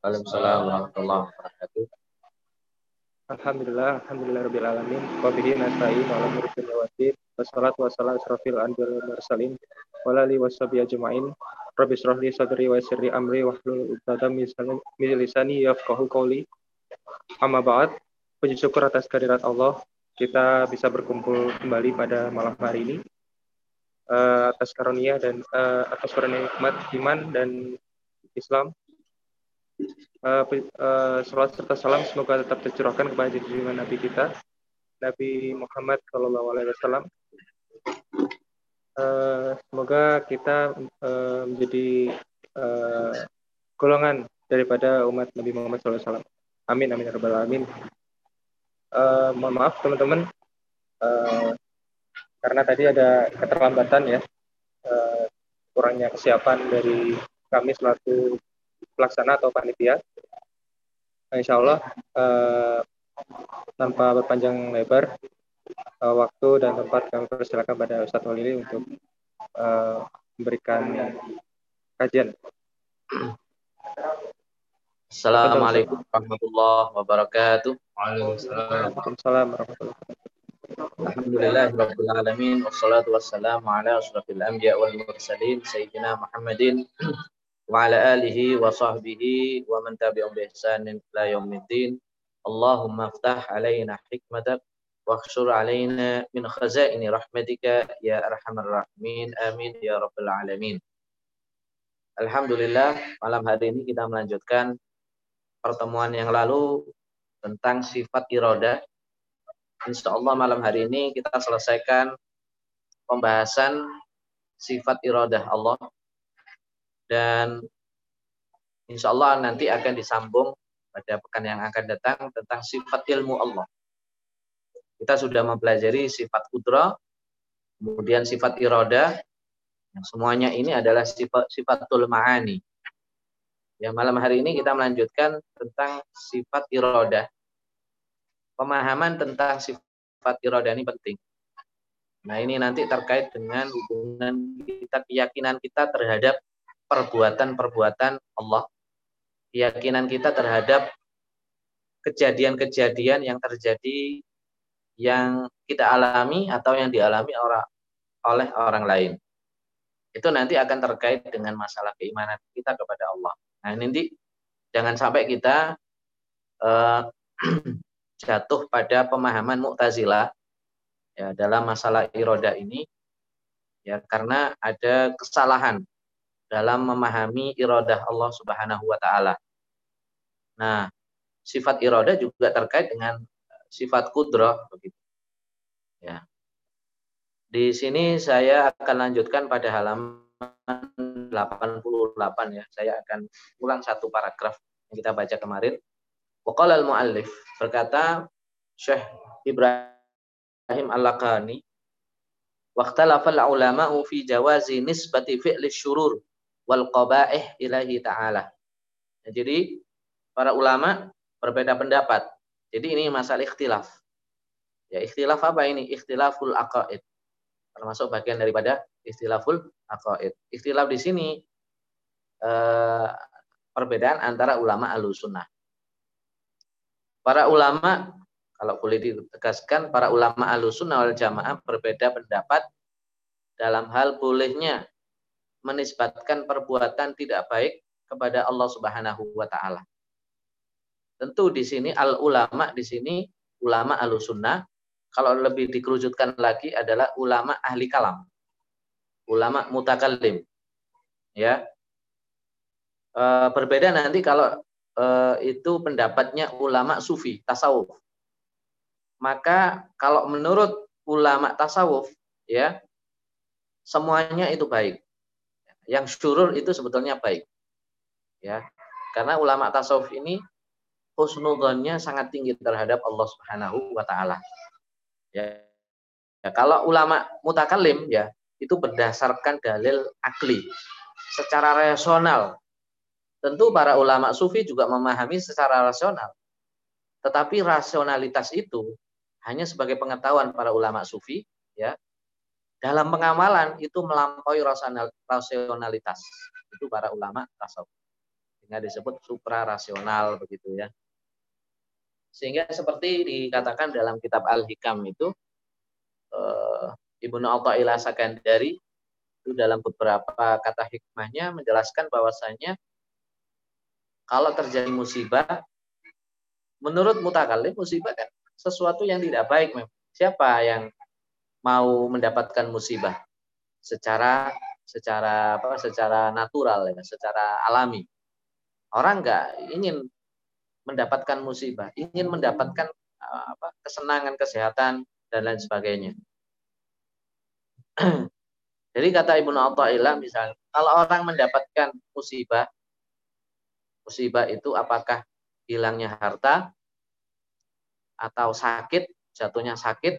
Waalaikumsalam warahmatullahi wabarakatuh. Alhamdulillah rabbil alamin. Wa bihi nasta'in ala umuri dunya waddin. Wassalatu wassalamu asrofil anbiya'i wal mursalin wa ala alihi washabihi ajma'in. Rabbi shrah li sadri wa yassir li amri wahlul 'uqdatam min lisani yafqahu qawli. Amma ba'd. Puji syukur atas kehadirat Allah, kita bisa berkumpul kembali pada malam hari ini atas karunia nikmat iman dan Islam. Salawat serta salam semoga tetap tercurahkan kepada junjungan Nabi kita, Nabi Muhammad Shallallahu Alaihi Wasallam. Semoga kita menjadi golongan daripada umat Nabi Muhammad Shallallahu Alaihi Wasallam. Amin amin ya rabbal alamin. Mohon maaf teman-teman, karena tadi ada keterlambatan ya, kurangnya kesiapan dari kami selaku pelaksana atau panitia. Insya Allah tanpa berpanjang lebar, waktu dan tempat kami persilakan pada Ustadz Walili untuk memberikan kajian. Assalamualaikum warahmatullahi wabarakatuh. Waalaikumsalam warahmatullahi wabarakatuh. Alhamdulillahirabbil alamin wassalatu wassalamu ala asyrafil anbiya wal mursalin sayyidina Muhammadin wa ala alihi wa sahbihi wa man tabi'ahum bi ihsanin ila yaumiddin. Allahumma iftah alaina hikmatak wakhshur alaina min khazaini rahmatika ya arhamar rahimin. Amin ya rabbal alamin. Alhamdulillah, malam hari ini kita melanjutkan pertemuan yang lalu tentang sifat iradah. Insya Allah malam hari ini kita selesaikan pembahasan sifat iradah Allah. Dan insya Allah nanti akan disambung pada pekan yang akan datang tentang sifat ilmu Allah. Kita sudah mempelajari sifat qudrah, kemudian sifat iradah, yang semuanya ini adalah sifatul ma'ani. Ya, malam hari ini kita melanjutkan tentang sifat iradah. Pemahaman tentang sifat iradah ini penting. Nah, ini nanti terkait dengan hubungan kita, keyakinan kita terhadap perbuatan-perbuatan Allah. Keyakinan kita terhadap kejadian-kejadian yang terjadi, yang kita alami atau yang dialami oleh orang lain. Itu nanti akan terkait dengan masalah keimanan kita kepada Allah. Nah, nanti jangan sampai kita jatuh pada pemahaman Mu'tazilah ya dalam masalah iradah ini, ya, karena ada kesalahan dalam memahami iradah Allah Subhanahu wa taala. Nah, sifat iradah juga terkait dengan sifat qudrah begitu. Ya. Di sini saya akan lanjutkan pada halaman 88 ya. Saya akan ulang satu paragraf yang kita baca kemarin. Waqala al-muallif, berkata Syekh Ibrahim Al-Laqani, waqtalafal ulama'u fi jawazi nisbati fi'li syurur wal qaba'ih ilahi ta'ala. Ya, jadi para ulama berbeda pendapat. Jadi ini masalah ikhtilaf. Ya, ikhtilaf apa ini? Ikhtilaful aqaid. Termasuk bagian daripada ikhtilaful aqaid. Ikhtilaf di sini perbedaan antara ulama Ahlussunnah. Para ulama, kalau boleh ditegaskan, para ulama Ahlussunnah wal Jamaah berbeda pendapat dalam hal bolehnya menisbatkan perbuatan tidak baik kepada Allah Subhanahu wa taala. Tentu di sini al-ulama di sini ulama Ahlussunnah, kalau lebih dikerucutkan lagi adalah ulama ahli kalam. Ulama mutakallim. Ya. Berbeda nanti kalau itu pendapatnya ulama sufi, tasawuf. Maka kalau menurut ulama tasawuf, ya, semuanya itu baik. Yang syurur itu sebetulnya baik. Ya. Karena ulama tasawuf ini husnudzonnya sangat tinggi terhadap Allah Subhanahu wa taala. Ya. Ya, kalau ulama mutakallim ya, itu berdasarkan dalil akli, secara rasional. Tentu para ulama sufi juga memahami secara rasional. Tetapi rasionalitas itu hanya sebagai pengetahuan para ulama sufi, ya. Dalam pengamalan itu melampaui rasionalitas. Itu para ulama tasawuf. sehingga disebut suprarasional begitu ya. Sehingga seperti dikatakan dalam kitab Al-Hikam itu Ibnu Athaillah Sakandari itu dalam beberapa kata hikmahnya menjelaskan bahwasanya kalau terjadi musibah, menurut mutakallim musibah kan sesuatu yang tidak baik memang. Siapa yang mau mendapatkan musibah secara natural ya, secara alami. Orang nggak ingin mendapatkan musibah, ingin mendapatkan kesenangan, kesehatan dan lain sebagainya. Jadi kata Ibnu Athaillah misalnya, kalau orang mendapatkan musibah itu apakah hilangnya harta atau sakit, jatuhnya sakit,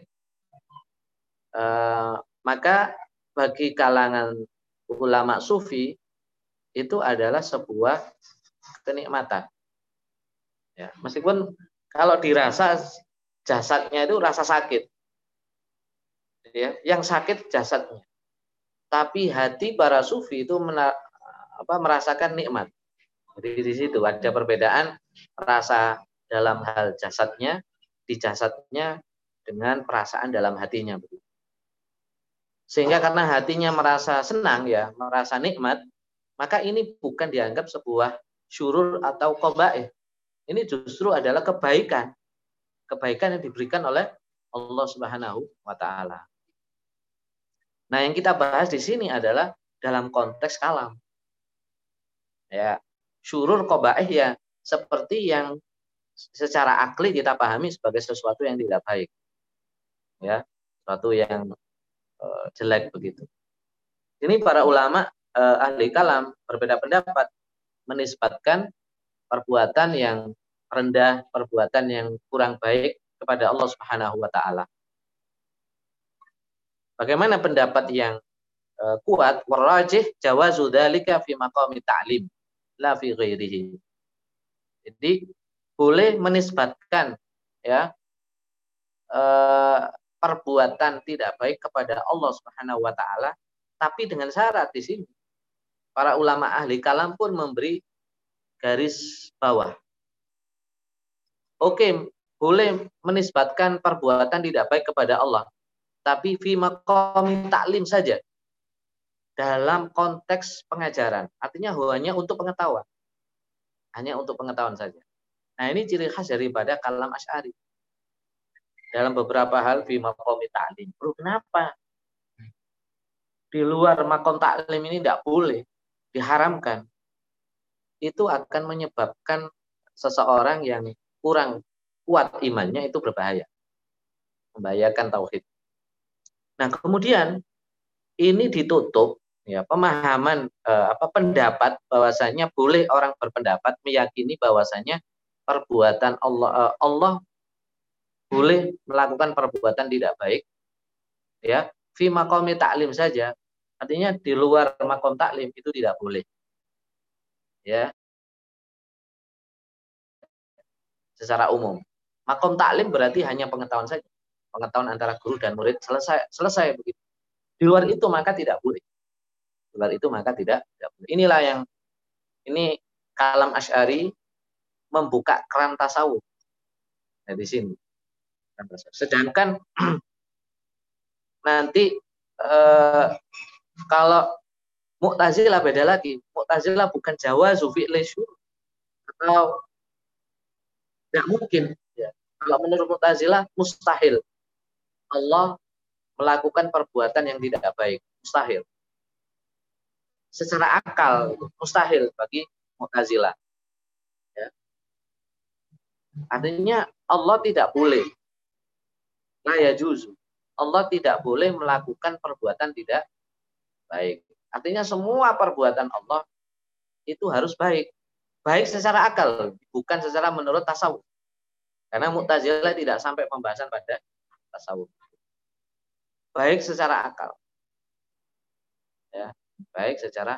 maka bagi kalangan ulama sufi itu adalah sebuah kenikmatan. Ya, meskipun kalau dirasa jasadnya itu rasa sakit, ya, yang sakit jasadnya, tapi hati para sufi itu merasakan nikmat. Jadi di situ ada perbedaan rasa dalam hal jasadnya, di jasadnya dengan perasaan dalam hatinya. Sehingga karena hatinya merasa senang ya, merasa nikmat, maka ini bukan dianggap sebuah syurur atau qabaih. Ini justru adalah kebaikan. Kebaikan yang diberikan oleh Allah Subhanahu wa taala. Nah, yang kita bahas di sini adalah dalam konteks kalam. Ya, syurur qabaih ya seperti yang secara akli kita pahami sebagai sesuatu yang tidak baik. Ya, sesuatu yang jelek begitu. Ini para ulama ahli kalam berbeda pendapat menisbatkan perbuatan yang rendah, perbuatan yang kurang baik kepada Allah Subhanahu wa taala. Bagaimana pendapat yang kuat? Warajih jawazu dzalika fi maqami ta'lim la fi ghairihi. Jadi boleh menisbatkan ya perbuatan tidak baik kepada Allah Subhanahu wa taala, tapi dengan syarat di sini para ulama ahli kalam pun memberi garis bawah. Oke, boleh menisbatkan perbuatan tidak baik kepada Allah, tapi fi maqami ta'lim saja. Dalam konteks pengajaran, artinya hanya untuk pengetahuan. Hanya untuk pengetahuan saja. Nah, ini ciri khas daripada kalam Asy'ari. Dalam beberapa hal fi maqami ta'lim. Kenapa? Di luar maqam ta'lim ini tidak boleh, diharamkan. Itu akan menyebabkan seseorang yang kurang kuat imannya itu berbahaya. Membahayakan tauhid. Nah, kemudian ini ditutup ya pemahaman pendapat bahwasanya boleh orang berpendapat meyakini bahwasanya perbuatan Allah boleh melakukan perbuatan tidak baik ya fi maqami ta'lim saja, artinya di luar maqam ta'lim itu tidak boleh ya secara umum. Maqam ta'lim berarti hanya pengetahuan saja, pengetahuan antara guru dan murid, selesai begitu. Di luar itu maka tidak boleh. Di luar itu maka tidak boleh. Inilah yang ini kalam Asy'ari membuka keran tasawuf. Nah, di sini. Sedangkan nanti kalau Mu'tazilah beda lagi. Mu'tazilah bukan jawazu fi'li syurur atau tidak mungkin. Ya. Kalau menurut Mu'tazilah mustahil Allah melakukan perbuatan yang tidak baik. Mustahil. Secara akal mustahil bagi Mu'tazilah. Ya. Artinya Allah tidak boleh. La yajuzu. Allah tidak boleh melakukan perbuatan tidak baik. Artinya semua perbuatan Allah itu harus baik. Baik secara akal, bukan secara menurut tasawuf. Karena Mu'tazilah tidak sampai pembahasan pada tasawuf. Baik secara akal. Ya, baik secara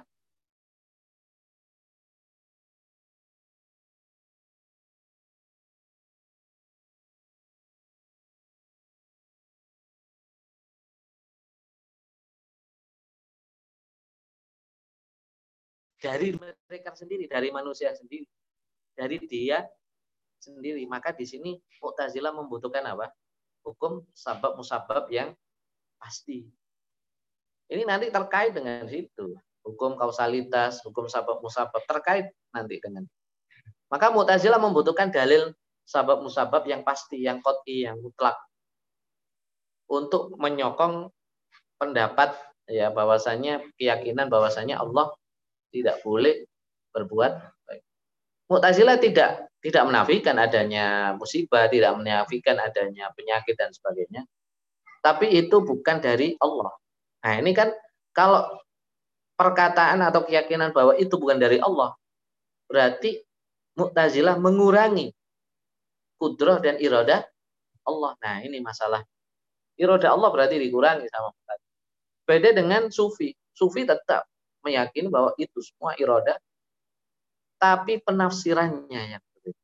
dari mereka sendiri, dari manusia sendiri, dari dia sendiri. Maka di sini Mu'tazilah membutuhkan apa? Hukum sabab musabab yang pasti. Ini nanti terkait dengan situ. Hukum kausalitas, hukum sabab musabab terkait nanti dengan. Maka Mu'tazilah membutuhkan dalil sabab musabab yang pasti, yang qat'i, yang mutlak untuk menyokong pendapat ya bahwasanya keyakinan bahwasanya Allah tidak boleh berbuat baik. Mu'tazilah tidak menafikan adanya musibah, tidak menafikan adanya penyakit dan sebagainya. Tapi itu bukan dari Allah. Nah, ini kan kalau perkataan atau keyakinan bahwa itu bukan dari Allah, berarti Mu'tazilah mengurangi kudrah dan iradah Allah. Nah, ini masalah. Iradah Allah berarti dikurangi sama Mu'tazilah. Beda dengan Sufi. Sufi tetap meyakini bahwa itu semua iradah, tapi penafsirannya yang berbeda.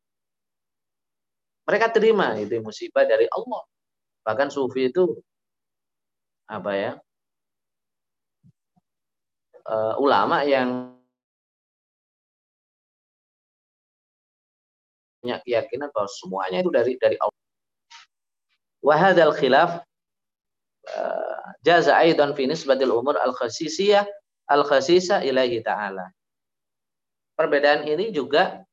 Mereka terima itu musibah dari Allah. Bahkan Sufi itu apa ya? Ulama yang punya keyakinan bahwa semuanya itu dari Allah. Wa hadzal khilaf jaza aidan fi nisbatil umur al-khasisah ilahi ta'ala. Perbedaan ini juga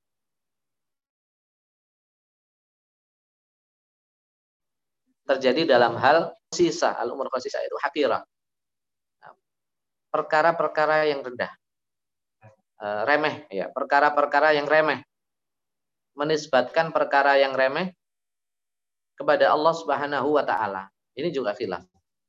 terjadi dalam hal sisa al-umur khasisah itu hakirah. Perkara-perkara yang rendah. Remeh ya, perkara-perkara yang remeh. Menisbatkan perkara yang remeh kepada Allah Subhanahu wa taala. Ini juga khilaf.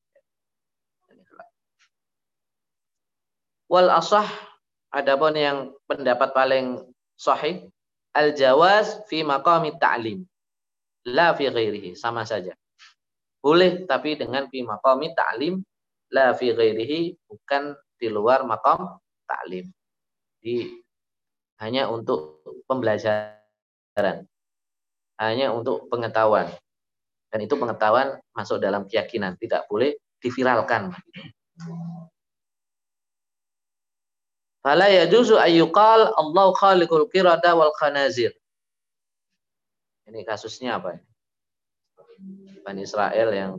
Wal asah, adapun yang pendapat paling sahih, al jawaz fi maqami ta'lim, la fi ghairihi, sama saja. Boleh tapi dengan fi maqami ta'lim, la fi ghairihi, bukan di luar maqam ta'lim. Hanya untuk pembelajaran, hanya untuk pengetahuan. Dan itu pengetahuan masuk dalam keyakinan, tidak boleh diviralkan. Fala yajuzu ayyuqal Allahu khaliqul qirada wal khanazir. Ini kasusnya apa? Bani Israel yang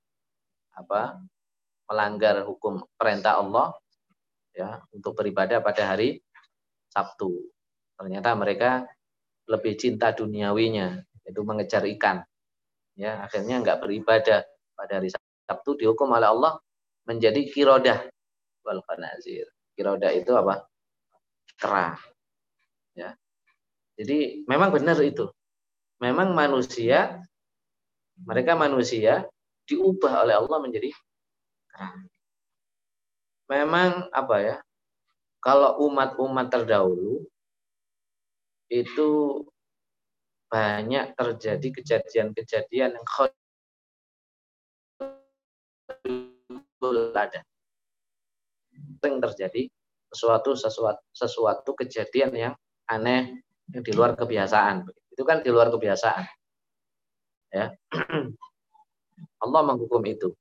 melanggar hukum perintah Allah ya untuk beribadah pada hari Sabtu. Ternyata mereka lebih cinta duniawinya, itu mengejar ikan. Ya, akhirnya enggak beribadah pada hari Sabtu, dihukum oleh Allah menjadi qirodah wal khanazir. Qirodah itu apa? Kera. Ya. Jadi memang benar itu. Memang mereka manusia diubah oleh Allah menjadi kera. Memang kalau umat-umat terdahulu itu banyak terjadi kejadian-kejadian yang ada. Sering terjadi sesuatu kejadian yang aneh, yang di luar kebiasaan. Itu kan di luar kebiasaan. Ya. Allah menghukum itu.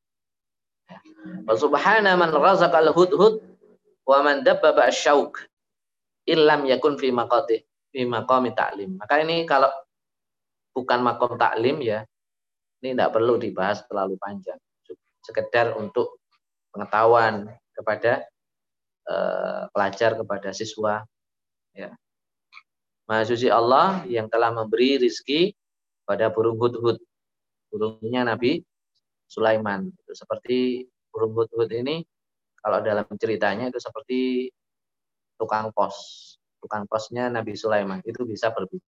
Wa subhana man razaqal hudhud wa man dabbaba asy-syauq illam yakun fi maqami ta'lim. Maka ini kalau bukan makom taklim ya, ini tidak perlu dibahas terlalu panjang. Sekedar untuk pengetahuan kepada pelajar, kepada siswa. Ya. Maha suci Allah yang telah memberi rizki pada burung hudhud. Burungnya Nabi Sulaiman. Itu seperti burung hudhud ini, kalau dalam ceritanya itu seperti tukang pos. Tukang posnya Nabi Sulaiman. Itu bisa berbicara.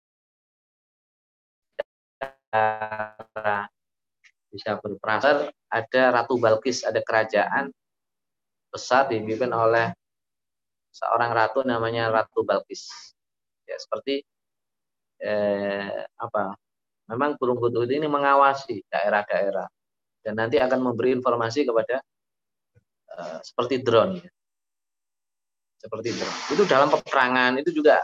Bisa berprasar. Ada Ratu Balkis, ada kerajaan besar dipimpin oleh seorang ratu namanya Ratu Balkis. Ya, seperti memang burung hudhud ini mengawasi daerah-daerah dan nanti akan memberi informasi kepada seperti drone ya. Seperti drone. Itu dalam peperangan itu juga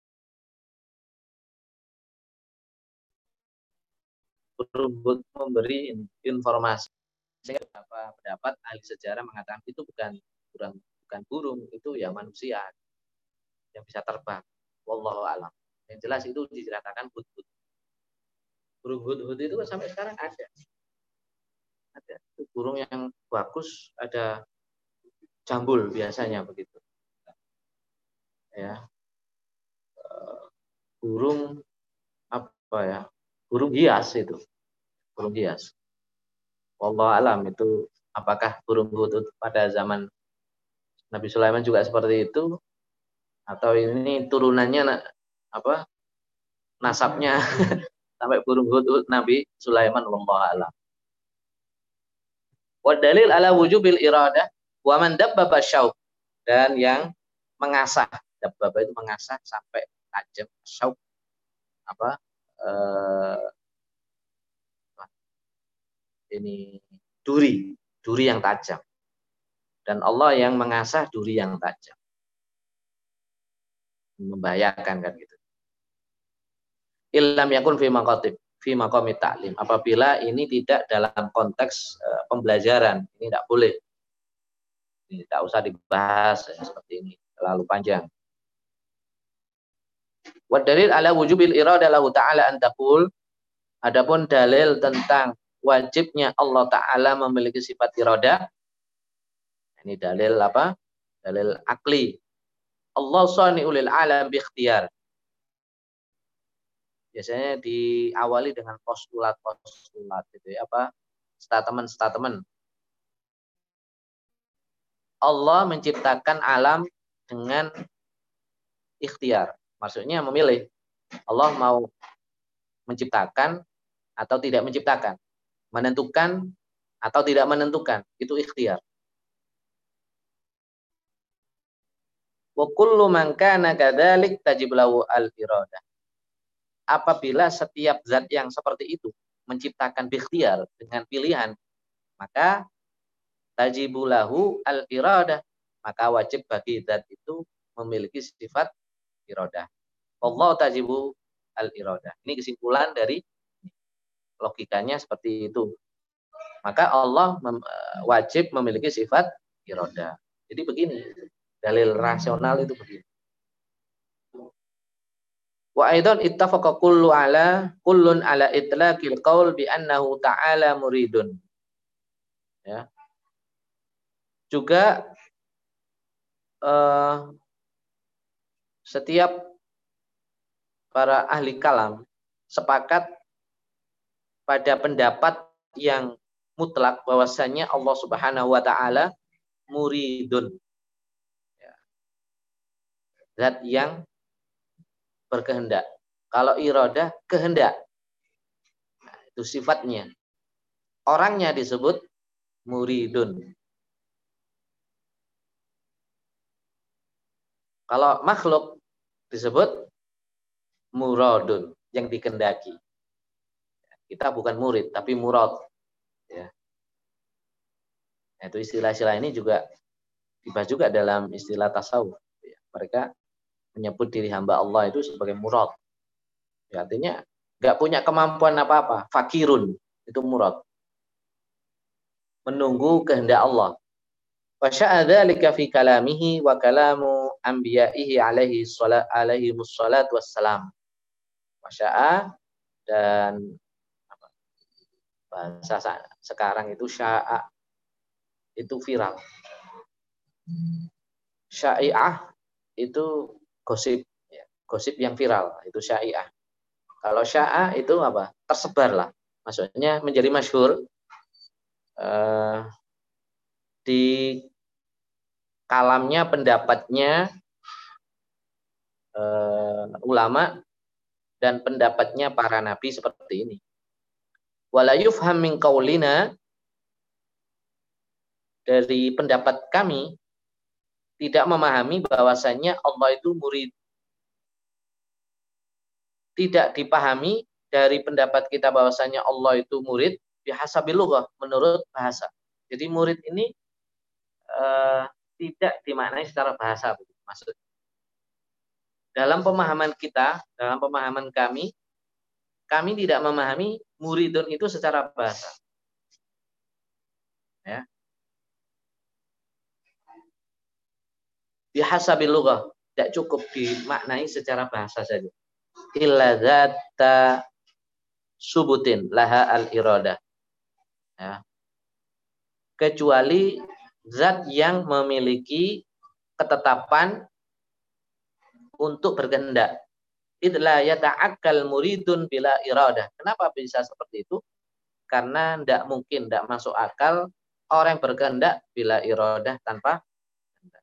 burung hudhud memberi informasi. Sehingga beberapa pendapat ahli sejarah mengatakan itu bukan bukan burung, itu ya manusia yang bisa terbang. Wallahu a'lam. Yang jelas itu diceritakan hudhud. Burung hudhud itu sampai sekarang ada. Ada. Itu burung yang bagus, ada jambul biasanya begitu. Ya. Burung apa ya? Burung hias itu. Burung hias. Wallahu a'lam itu apakah burung hudhud pada zaman Nabi Sulaiman juga seperti itu atau ini turunannya apa? Nasabnya sampai burung hudhud Nabi Sulaiman wallahu a'lam. Wa dalil ala wujubil iradah wa man dabbaba syauq, dan yang mengasah, dabbaba itu mengasah sampai tajam, syauq apa ini duri yang tajam, dan Allah yang mengasah duri yang tajam, membahayakan kan gitu. Illam yakun fi maqami ta'lim, apabila ini tidak dalam konteks pembelajaran, ini tidak boleh, ini tidak usah dibahas ya, seperti ini terlalu panjang. Wa dalil ala wujubil iradah lahu ta'ala an taqul, adapun dalil tentang wajibnya Allah Ta'ala memiliki sifat iradah, ini dalil apa? Dalil akli. Allah sani'ul alam bi ikhtiyar. Biasanya diawali dengan postulat gitu ya, apa? Statement. Allah menciptakan alam dengan ikhtiar. Maksudnya memilih. Allah mau menciptakan atau tidak menciptakan, menentukan atau tidak menentukan, itu ikhtiar. Wa kullu man kana kadzalik tajib lahu al-iradah. Apabila setiap zat yang seperti itu menciptakan ikhtiar dengan pilihan, maka tajibu lahu al-iradah, maka wajib bagi zat itu memiliki sifat iradah. Allah tajibu al-iradah. Ini kesimpulan dari logikanya seperti itu. Maka Allah wajib memiliki sifat iradah. Jadi begini, dalil rasional itu begini. Wa aidan ittafaqa kullun ala itlaqil qaul bi annahu ta'ala muridun. Ya. Juga setiap para ahli kalam sepakat pada pendapat yang mutlak bahwasanya Allah Subhanahu wa taala muridun. Ya. Zat yang berkehendak. Kalau iradah kehendak. Nah, itu sifatnya. Orangnya disebut muridun. Kalau makhluk disebut muradun, yang dikehendaki. Kita bukan murid tapi murad. Ya. Nah, itu istilah-istilah ini juga dibahas juga dalam istilah tasawuf. Ya. Mereka menyebut diri hamba Allah itu sebagai murad. Ya, artinya nggak punya kemampuan apa-apa, fakirun, itu murad. Menunggu kehendak Allah. Wa sya'a dzalika fi kalamihi wa kalamu anbiya'ihi alaihi mussalatu wassalam. Wa sya'a, dan bahasa sekarang itu sya'a itu viral. Sya'i'ah itu gosip, ya. Gosip yang viral itu sya'i'ah. Kalau sya'a itu apa? Tersebar lah. Maksudnya menjadi masyhur di kalamnya, pendapatnya ulama dan pendapatnya para nabi seperti ini. Wala yufham min qaulina, dari pendapat kami tidak memahami bahwasannya Allah itu murid. Tidak dipahami dari pendapat kita bahwasannya Allah itu murid bihasabil lughah, menurut bahasa. Jadi murid ini tidak dimaknai secara bahasa, maksudnya. Dalam pemahaman kita, dalam pemahaman kami tidak memahami muridun itu secara bahasa. Ya. bihasabil lughah, tidak cukup dimaknai secara bahasa saja. Illa dzata subutin laha al-iradah. Ya. Kecuali zat yang memiliki ketetapan untuk berkehendak. Idla yata'akkal muridun bila iradah. Kenapa bisa seperti itu? Karena tidak mungkin, tidak masuk akal orang yang berkehendak bila iradah tanpa kehendak.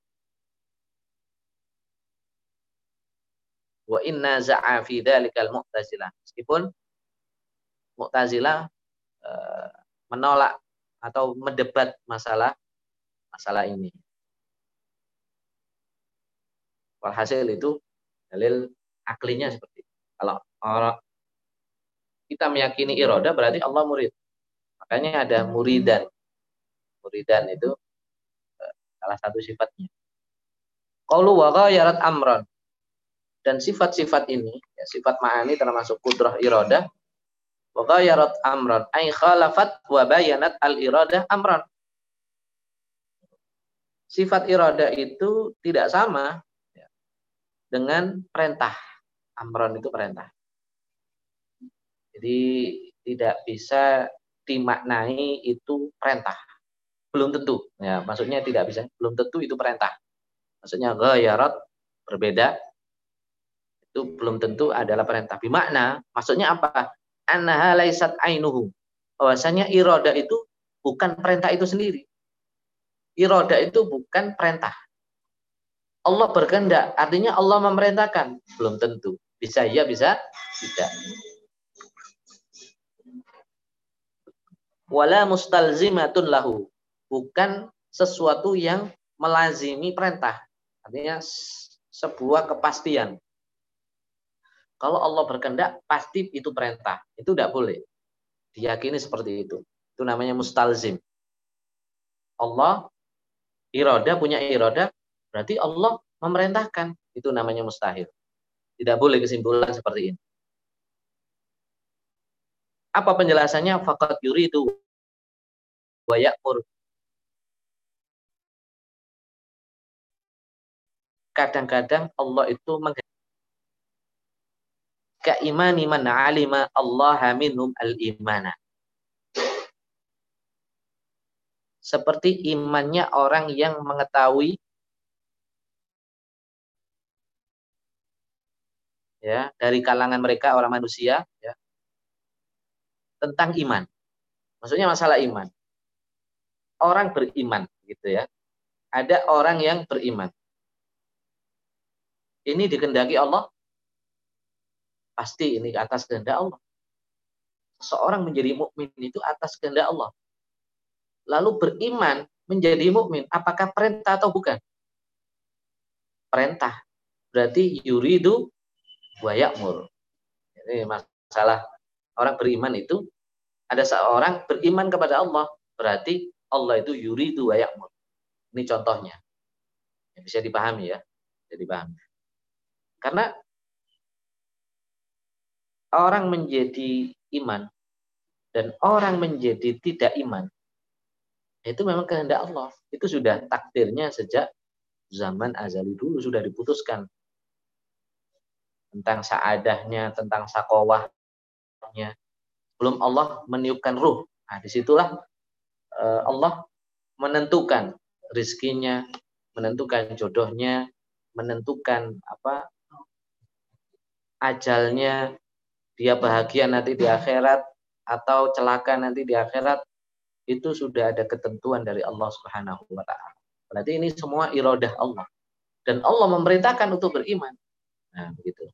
Wa inna za'a fi dzalikal mu'tazilah. Meskipun Mu'tazilah menolak atau mendebat masalah ini. Walhasil itu dalil aklinya seperti itu. Kalau orang kita meyakini iroda berarti Allah murid. Makanya ada muridan. Muridan itu salah satu sifatnya. Qaulu wa ghayarat amran. Dan sifat-sifat ini, ya, sifat ma'ani termasuk kudrah iroda. Wa ghayarat amran ay khalafat wa bayanat al-iradah amran. Sifat iroda itu tidak sama dengan perintah. Amron itu perintah. Jadi tidak bisa dimaknai itu perintah. Belum tentu. Ya, maksudnya tidak bisa. Belum tentu itu perintah. Maksudnya ghayarat berbeda. Itu belum tentu adalah perintah. Bimakna, maksudnya apa? Annaha laisat ainuhu. Bahwasanya iroda itu bukan perintah itu sendiri. Iroda itu bukan perintah. Allah berkehendak, artinya Allah memerintahkan. Belum tentu. Bisa iya, bisa tidak. Wala mustalzimatun lahu. Bukan sesuatu yang melazimi perintah. Artinya sebuah kepastian. Kalau Allah berkehendak, pasti itu perintah. Itu tidak boleh. Diyakini seperti itu. Itu namanya mustalzim. Allah iroda, punya iroda, berarti Allah memerintahkan. Itu namanya mustahil. Tidak boleh kesimpulan seperti ini. Apa penjelasannya? Faqat yuridu wa ya'mur. Kadang-kadang Allah itu ka'imani man 'alima Allah minhum al-imana. Seperti imannya orang yang mengetahui ya dari kalangan mereka orang manusia ya tentang iman. Maksudnya masalah iman. Orang beriman gitu ya. Ada orang yang beriman. Ini dikehendaki Allah? Pasti ini atas kehendak Allah. Seorang menjadi mukmin itu atas kehendak Allah. Lalu beriman menjadi mukmin, apakah perintah atau bukan? Perintah. Berarti yuridu wa ya'mur. Ini masalah orang beriman itu ada seorang beriman kepada Allah, berarti Allah itu yuridu wa ya'mur. Ini contohnya. Bisa dipahami ya. Bisa dipahami. Karena orang menjadi iman dan orang menjadi tidak iman itu memang kehendak Allah. Itu sudah takdirnya sejak zaman azali dulu sudah diputuskan. Tentang saadahnya, tentang sakowahnya. Belum Allah meniupkan ruh. Nah, disitulah Allah menentukan rizkinya, menentukan jodohnya, menentukan ajalnya, dia bahagia nanti di akhirat atau celaka nanti di akhirat, itu sudah ada ketentuan dari Allah Subhanahu wa taala. Berarti ini semua iradah Allah. Dan Allah memerintahkan untuk beriman. Nah, begitu.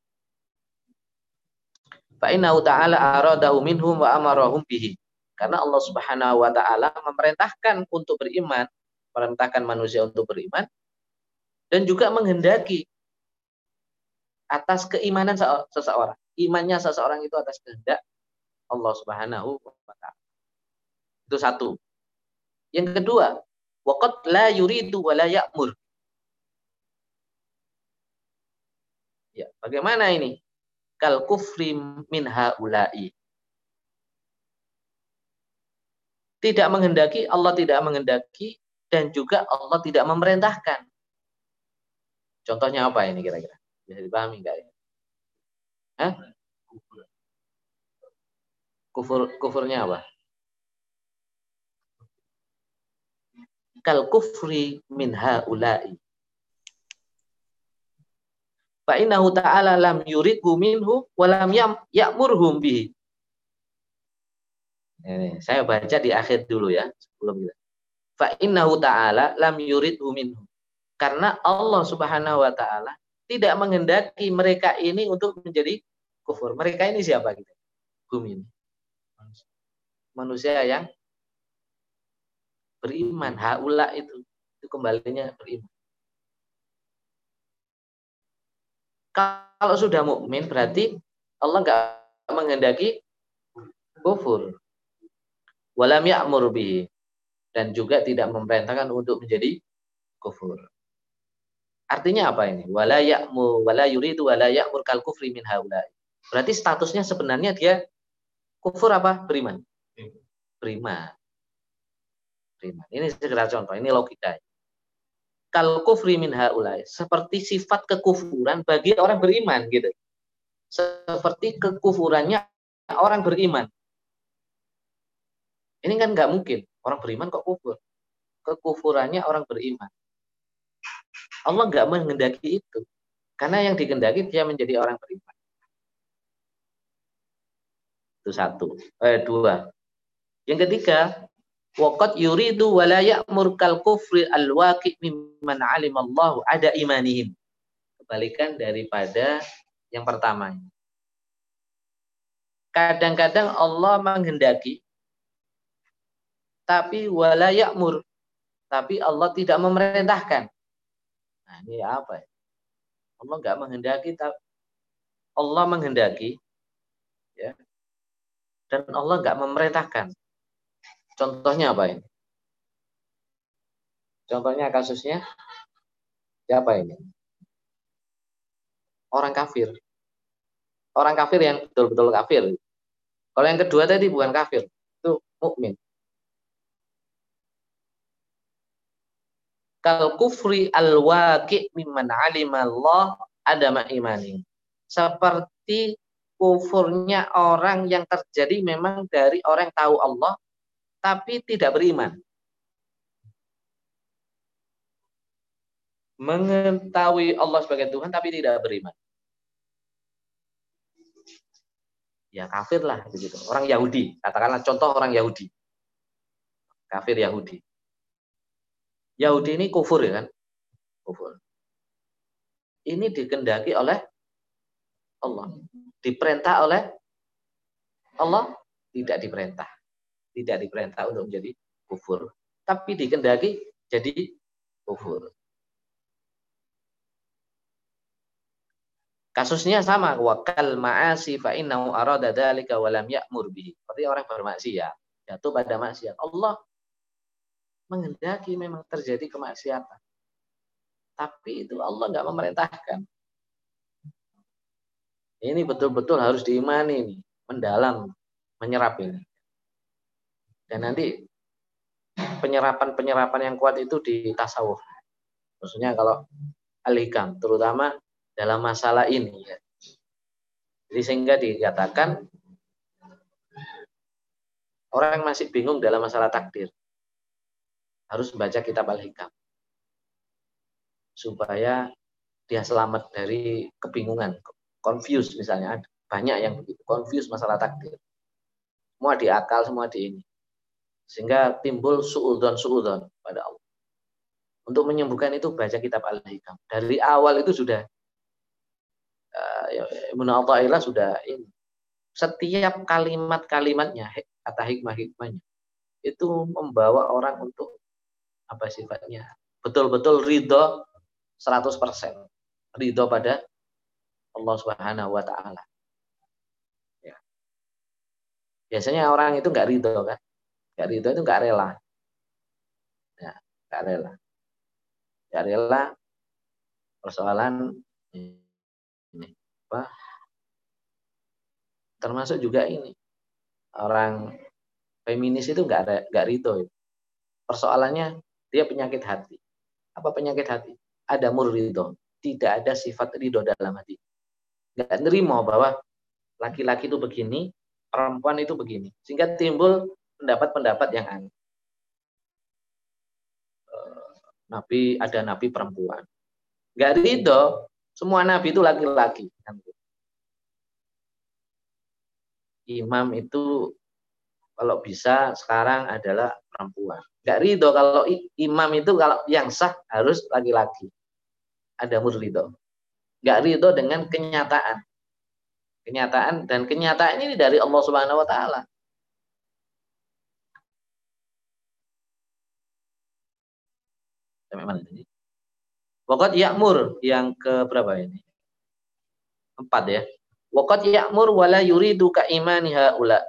Fa innahu ta'ala aradahu minhum wa amarahum bihi. Karena Allah Subhanahu wa taala memerintahkan untuk beriman, memerintahkan manusia untuk beriman dan juga menghendaki atas keimanan seseorang. Imannya seseorang itu atas kehendak Allah Subhanahu wa taala. Itu satu. Yang kedua, waqad la yuridu wa la ya'mur. Ya, bagaimana ini? Kal kufri min haula'i. Tidak menghendaki, Allah tidak menghendaki dan juga Allah tidak memerintahkan. Contohnya apa ini kira-kira? Bisa dipahami enggak ya? Hah? Kufurnya apa? Kal kufri min haula'i. Fa innahu ta'ala lam yuridhu minhu wa lam ya'murhum bihi. Ini, saya baca di akhir dulu ya, sebelum kita. Fa innahu ta'ala lam yuridhu minhu. Karena Allah Subhanahu wa taala tidak menghendaki mereka ini untuk menjadi kufur. Mereka ini siapa gitu? Bumi ini. Manusia yang beriman, haula itu kembalinya beriman. Kalau sudah mukmin berarti Allah enggak menghendaki kufur. Walam ya'mur bihi, dan juga tidak memerintahkan untuk menjadi kufur. Artinya apa ini? Wala ya'mur wala yuridu wala ya'mur kal kufri min haula. Berarti statusnya sebenarnya dia kufur apa? Beriman. Beriman. Beriman. Ini segera contoh, ini logika. Kal kufri min haula, seperti sifat kekufuran bagi orang beriman gitu. Seperti kekufurannya orang beriman. Ini kan nggak mungkin. Orang beriman kok kufur. Kekufurannya orang beriman. Allah nggak menghendaki itu. Karena yang dikehendaki dia menjadi orang beriman. Itu satu. Dua. Yang ketiga, waqad yuridu wa la ya'mur kal kufri al-waqi' mimman 'alimallahu ada imanihim. Kebalikan daripada yang pertama. Kadang-kadang Allah menghendaki tapi wala ya'mur, tapi Allah tidak memerintahkan. Nah, ini apa ya? Allah enggak menghendaki, Allah menghendaki ya. Dan Allah enggak memerintahkan. Contohnya apa ini? Contohnya kasusnya siapa ini? Orang kafir. Orang kafir yang betul-betul kafir. Kalau yang kedua tadi bukan kafir, itu mukmin. Kal kufri al-waqi' mimman 'alima Allah adama imani. Seperti kufurnya orang yang terjadi memang dari orang tahu Allah tapi tidak beriman. Mengetahui Allah sebagai Tuhan tapi tidak beriman. Ya kafir lah begitu. Orang Yahudi, katakanlah contoh orang Yahudi. Kafir Yahudi. Yahudi ini kufur ya kan? Kufur. Ini dikehendaki oleh Allah. Diperintah oleh Allah? Tidak diperintah. Tidak diperintah untuk menjadi kufur. Tapi dikehendaki jadi kufur. Kasusnya sama. Wa kal ma'asi fa innahu arada dzalika wa lam ya'mur bihi. Seperti orang bermaksiat, jatuh pada maksiat. Allah menghendaki memang terjadi kemaksiatan. Tapi itu Allah nggak memerintahkan. Ini betul-betul harus diimani nih, mendalam, menyerap ini. Dan nanti penyerapan-penyerapan yang kuat itu di tasawuf. Maksudnya kalau al-hikam, terutama dalam masalah ini. Ya. Jadi sehingga dikatakan orang masih bingung dalam masalah takdir. Harus membaca kitab Al-Hikam. Supaya dia selamat dari kebingungan. Confuse misalnya. Banyak yang begitu. Confuse masalah takdir. Semua di akal, semua di ini. Sehingga timbul su'udon pada Allah. Untuk menyembuhkan itu baca kitab Al-Hikam. Dari awal itu sudah Ibnu Athaillah sudah ini. Setiap kalimat-kalimatnya, kata hikmah-hikmahnya, itu membawa orang untuk apa sifatnya? Betul-betul ridho 100%. Ridho pada Allah Subhanahu wa taala. Ya. Biasanya orang itu enggak ridho kan? Enggak ridho itu enggak rela. Ya, enggak rela. Enggak rela persoalan ini apa? Termasuk juga ini. Orang feminis itu enggak ridho. Persoalannya dia penyakit hati. Apa penyakit hati? Ada murridho. tidak ada sifat ridho dalam hati. Nggak nerima bahwa laki-laki itu begini, perempuan itu begini. Sehingga timbul pendapat-pendapat yang aneh. Ada nabi perempuan. Nggak ridho, semua nabi itu laki-laki. Imam itu kalau bisa sekarang adalah perempuan. Nggak ridho kalau imam itu kalau yang sah harus laki-laki. Ada ridho. Nggak ridho dengan kenyataan. Kenyataan ini dari Allah Subhanahu wa taala. Sampai mana ini? Waqad ya'mur yang ke berapa ini? 4 ya. Waqad ya'mur wala yuridu ka imani haula.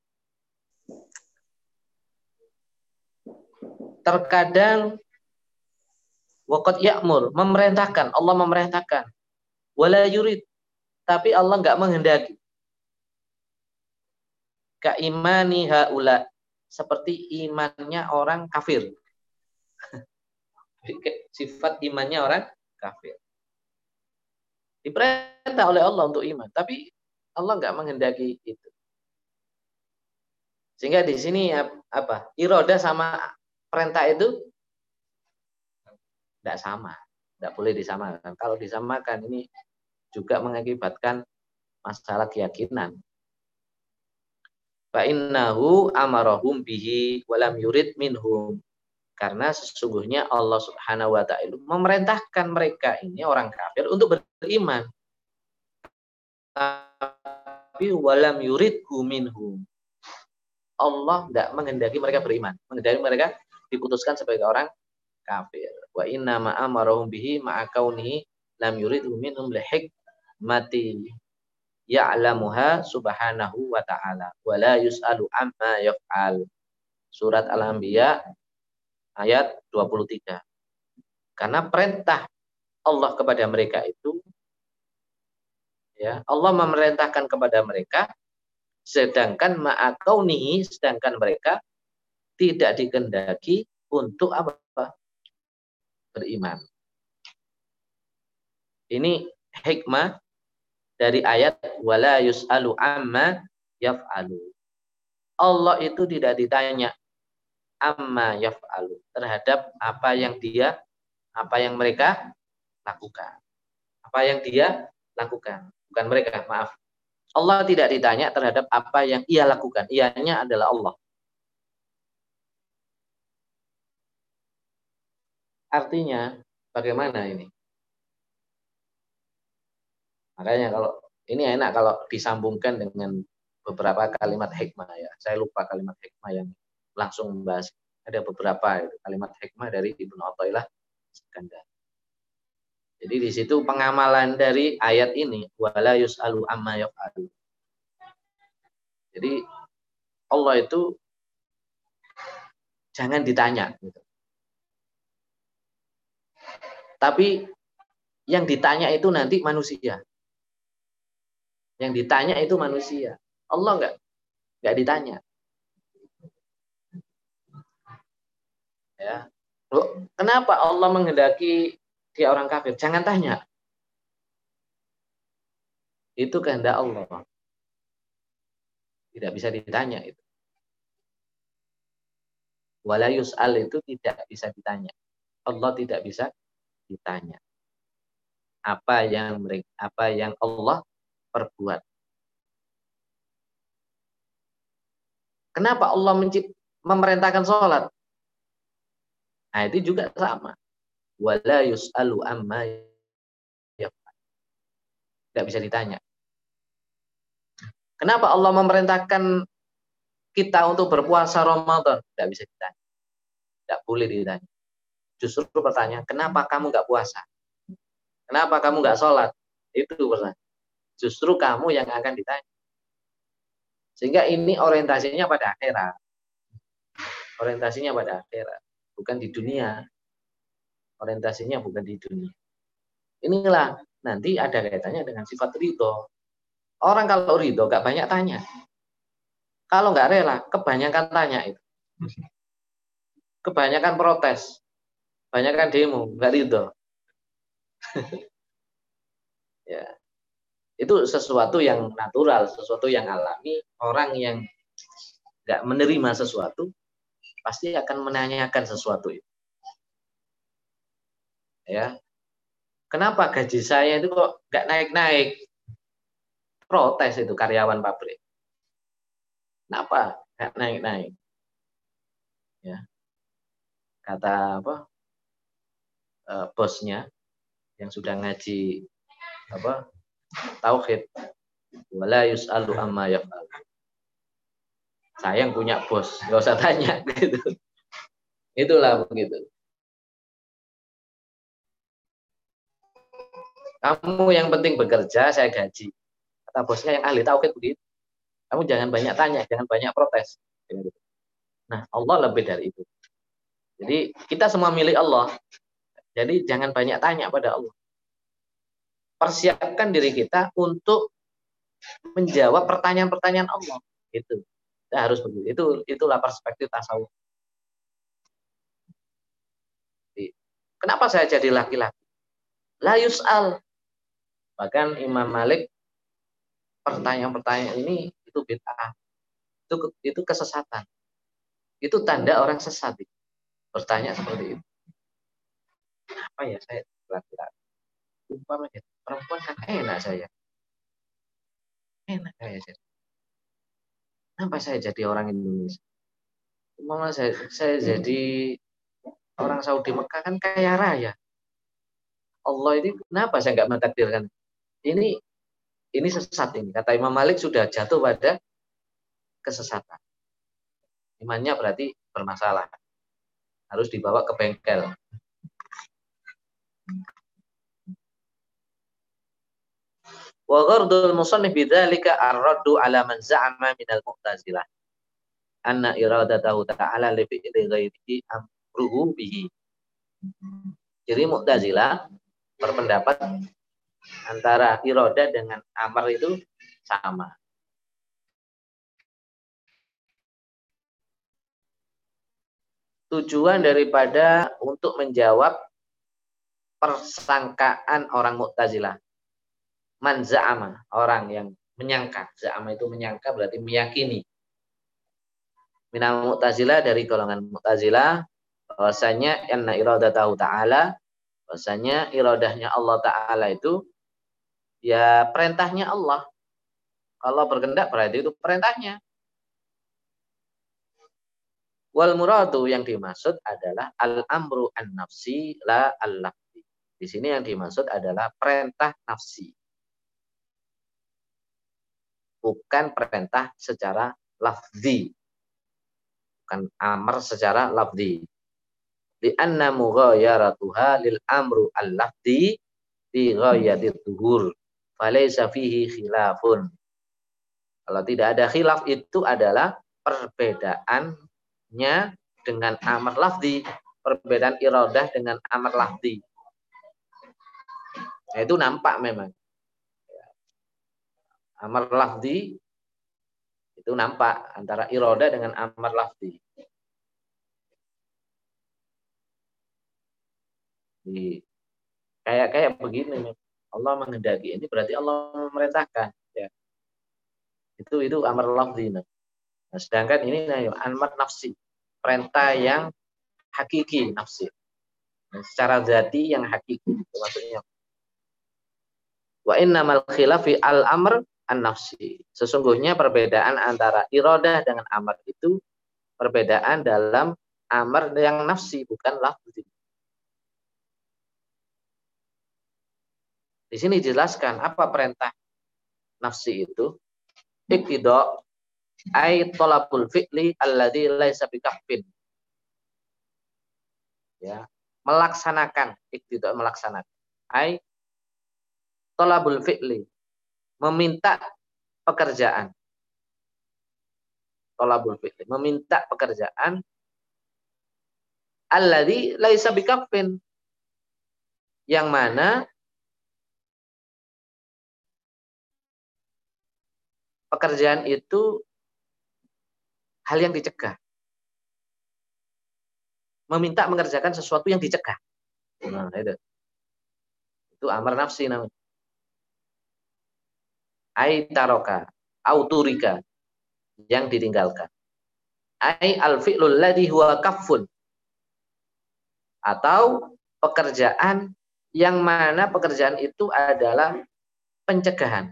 Terkadang waqad ya'mur, memerintahkan, Allah memerintahkan. Wala yurid, tapi Allah enggak menghendaki. Ka imani haula, seperti imannya orang kafir. Sifat imannya orang kafir. Diperintah oleh Allah untuk iman, tapi Allah enggak menghendaki itu. Sehingga di sini apa? Iroda sama perintah itu tidak sama, tidak boleh disamakan. Kalau disamakan ini juga mengakibatkan masalah keyakinan. Fa innahu amarahum bihi walam yurid minhum. Karena sesungguhnya Allah Subhanahu wa taala memerintahkan mereka ini orang kafir untuk beriman. Tapi walam yuridhu minhum. Allah tidak menghendaki mereka beriman, menghendaki mereka diputuskan sebagai orang kafir. Wa inna ma amarahum bihi ma'a kaunihi lam yuridhu minhum lihikmati ya'lamuha subhanahu wa ta'ala wa la yus'alu amma yaf'al. Surat Al-Anbiya ayat 23. Karena perintah Allah kepada mereka itu, ya, Allah memerintahkan kepada mereka, sedangkan ma'akaunihi, sedangkan mereka tidak dikehendaki untuk apa? Beriman. Ini hikmah dari ayat wala yus'alu amma yaf'alu. Allah itu tidak ditanya amma yaf'alu, terhadap apa yang mereka lakukan. Apa yang dia lakukan, bukan mereka, maaf. Allah tidak ditanya terhadap apa yang ia lakukan. Ianya adalah Allah. Artinya bagaimana ini? Makanya kalau ini enak kalau disambungkan dengan beberapa kalimat hikmah ya. Saya lupa kalimat hikmah yang langsung membahas. Ada beberapa kalimat hikmah dari Ibnu Athaillah Iskandar. Jadi di situ pengamalan dari ayat ini wala yus'alu amma yaf'alu. Jadi Allah itu jangan ditanya gitu. Tapi yang ditanya itu nanti manusia. Yang ditanya itu manusia. Allah enggak ditanya. Ya. Loh, kenapa Allah menghendaki dia orang kafir? Jangan tanya. Itu kehendak Allah. Tidak bisa ditanya itu. Wala yus'al itu tidak bisa ditanya. Allah tidak bisa ditanya. Apa yang Allah perbuat. Kenapa Allah memerintahkan sholat? Nah, itu juga sama. Wala yus'alu amma yaf'al. Tidak bisa ditanya. Kenapa Allah memerintahkan kita untuk berpuasa Ramadan? Tidak bisa ditanya. Tidak boleh ditanya. Justru pertanyaan, kenapa kamu nggak puasa? Kenapa kamu nggak sholat? Itu pertanyaan. Justru kamu yang akan ditanya. Sehingga ini orientasinya pada akhirat. Orientasinya pada akhirat. Bukan di dunia. Orientasinya bukan di dunia. Inilah nanti ada kaitannya dengan sifat ridho. Orang kalau ridho gak banyak tanya. Kalau nggak rela, kebanyakan tanya itu. Kebanyakan protes. Kebanyakan demo, nggak ridho. Ya, itu sesuatu yang natural, sesuatu yang alami. Orang yang nggak menerima sesuatu pasti akan menanyakan sesuatu itu. Ya, kenapa gaji saya itu kok nggak naik-naik? Protes itu karyawan pabrik. Kenapa nggak naik-naik? Ya, kata apa? Bosnya yang sudah ngaji apa? Tauhid. Wala yus'alu amma yaf'al. Saya yang punya bos, nggak usah tanya gitu. Itulah begitu. Kamu yang penting bekerja, saya gaji. Kata bosnya yang ahli tauhid begitu. Kamu jangan banyak tanya, jangan banyak protes. Nah, Allah lebih dari itu. Jadi kita semua milik Allah. Jadi jangan banyak tanya pada Allah. Persiapkan diri kita untuk menjawab pertanyaan-pertanyaan Allah. Itu. Kita harus begitu. Itulah perspektif tasawuf. Kenapa saya jadi laki-laki? La yus'al. Bahkan Imam Malik pertanyaan-pertanyaan ini itu bid'ah. Itu kesesatan. Itu tanda orang sesat. Bertanya seperti itu. Apa ya saya laki-laki? Umpamanya perempuan kan enak saya. Enak saya. Kenapa saya jadi orang Indonesia? Umpama saya jadi orang Saudi Mekah kan kaya raya. Allah ini kenapa saya nggak mentakdirkan? Ini sesat ini. Kata Imam Malik sudah jatuh pada kesesatan. Imannya berarti bermasalah. Harus dibawa ke bengkel. Wa ghardul musannif bidzalika ar-raddu ala man za'ama minal mu'tazilah anna iradatahu ta'ala li fi'li ghairihi amruhu bihi. Jadi Mu'tazilah berpendapat antara iradah dengan amar itu sama. Tujuan daripada untuk menjawab persangkaan orang Mu'tazilah. Man za'ama, orang yang menyangka. Za'ama itu menyangka berarti meyakini. Minal Mu'tazilah, dari golongan Mu'tazilah, bahwasanya anna iradatahu ta'ala, bahwasanya iradahnya Allah Ta'ala itu ya perintahnya Allah. Kalau berkehendak berarti itu perintahnya. Wal muradu, yang dimaksud adalah al-amru an-nafsi la al-lafzi. Di sini yang dimaksud adalah perintah nafsi. Bukan perintah secara lafzi. Bukan amar secara lafzi. Di anna mughayaratuha lil amru al-lafzi di ghayatit tuhur. Falaysa fihi khilafun. Kalau tidak ada khilaf, itu adalah perbedaannya dengan amar lafzi, perbedaan iradah dengan amar lafzi. Nah, itu nampak memang. Amar lafzi itu nampak antara iradah dengan amar lafzi. Kayak begini, Allah menghendaki, ini berarti Allah memerintahkan. Ya. Itu amar lafzi. Nah, sedangkan ini amar nafsi, perintah yang hakiki nafsi. Nah, secara zati yang hakiki, itu maksudnya. Wa innamal khilafi al-amr an-nafsi. Sesungguhnya perbedaan antara iradah dengan amar itu perbedaan dalam amar yang nafsi, bukan lafzi. Di sini dijelaskan apa perintah nafsi itu. Iqtida ay talabul fi'li alladzi laisa bikaffin. Ya, melaksanakan, iqtida melaksanakan. Ay talabul fi'li, meminta pekerjaan. Talabul fi'li, meminta pekerjaan alladzi laisa bikaffin, yang mana pekerjaan itu hal yang dicegah. Meminta mengerjakan sesuatu yang dicegah. Nah, itu amar nafsi namanya. ai taroka, auturika, yang ditinggalkan. Ai al-fi'lul ladhi huwa kaffun, atau pekerjaan yang mana pekerjaan itu adalah pencegahan.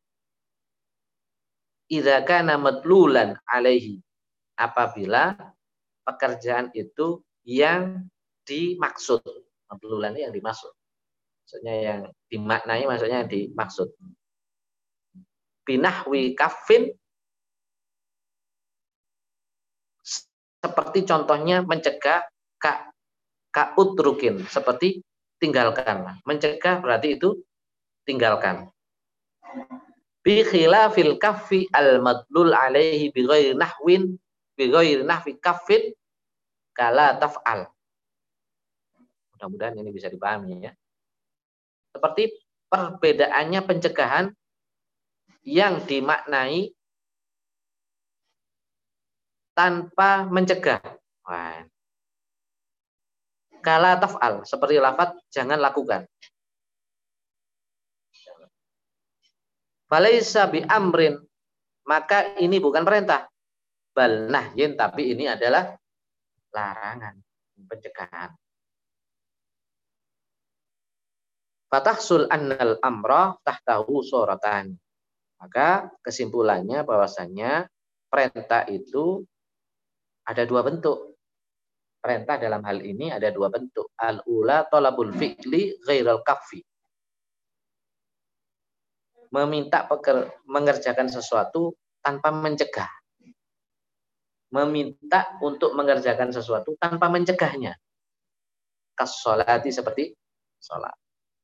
Idza kana madlulan alaihi, apabila pekerjaan itu yang dimaksud. Madlulan yang dimaksud. Maksudnya yang dimaknai, maksudnya yang dimaksud. Binahwi kafin, seperti contohnya mencegah utrukin, seperti tinggalkan. Mencegah berarti itu tinggalkan. Bi khilafil kaffi al madlul alaihi bi ghairi nahwi kaffin kala taf'al. Mudah-mudahan ini bisa dipahami ya. Seperti perbedaannya pencegahan yang dimaknai tanpa mencegah. Kala taf'al, seperti lafaz jangan lakukan. Falaisa bi amrin, maka ini bukan perintah. Bal nahyin, tapi ini adalah larangan, pencegahan. Fatahsul annal amra tahtahu suratan. Maka kesimpulannya bahwasannya perintah itu ada dua bentuk. Perintah dalam hal ini ada dua bentuk. Al-ula talabul fi'li ghairal kaffi. Meminta mengerjakan sesuatu tanpa mencegah. Meminta untuk mengerjakan sesuatu tanpa mencegahnya. Kas-sholati, seperti sholat.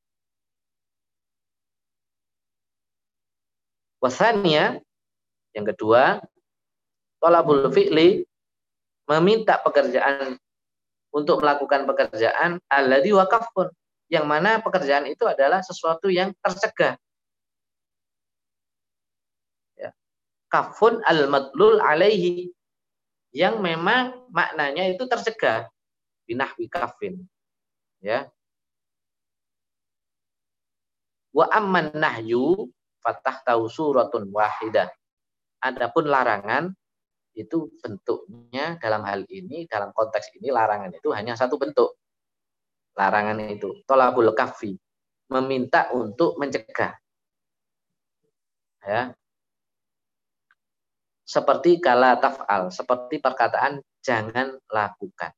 Wasanya, yang kedua, talabul fi'li, meminta pekerjaan untuk melakukan pekerjaan alladzi waqafun, yang mana pekerjaan itu adalah sesuatu yang tercegah. Ya. Kafun al-madlul alaihi, yang memang maknanya itu tercegah. Binahwi kafin. Ya. Wa amman nahyu fatahtahu suratun wahidah. Adapun larangan itu bentuknya dalam hal ini, dalam konteks ini larangan itu hanya satu bentuk. Larangan itu tolabul kafi, meminta untuk mencegah. Ya. Seperti kala taf'al, seperti perkataan jangan lakukan.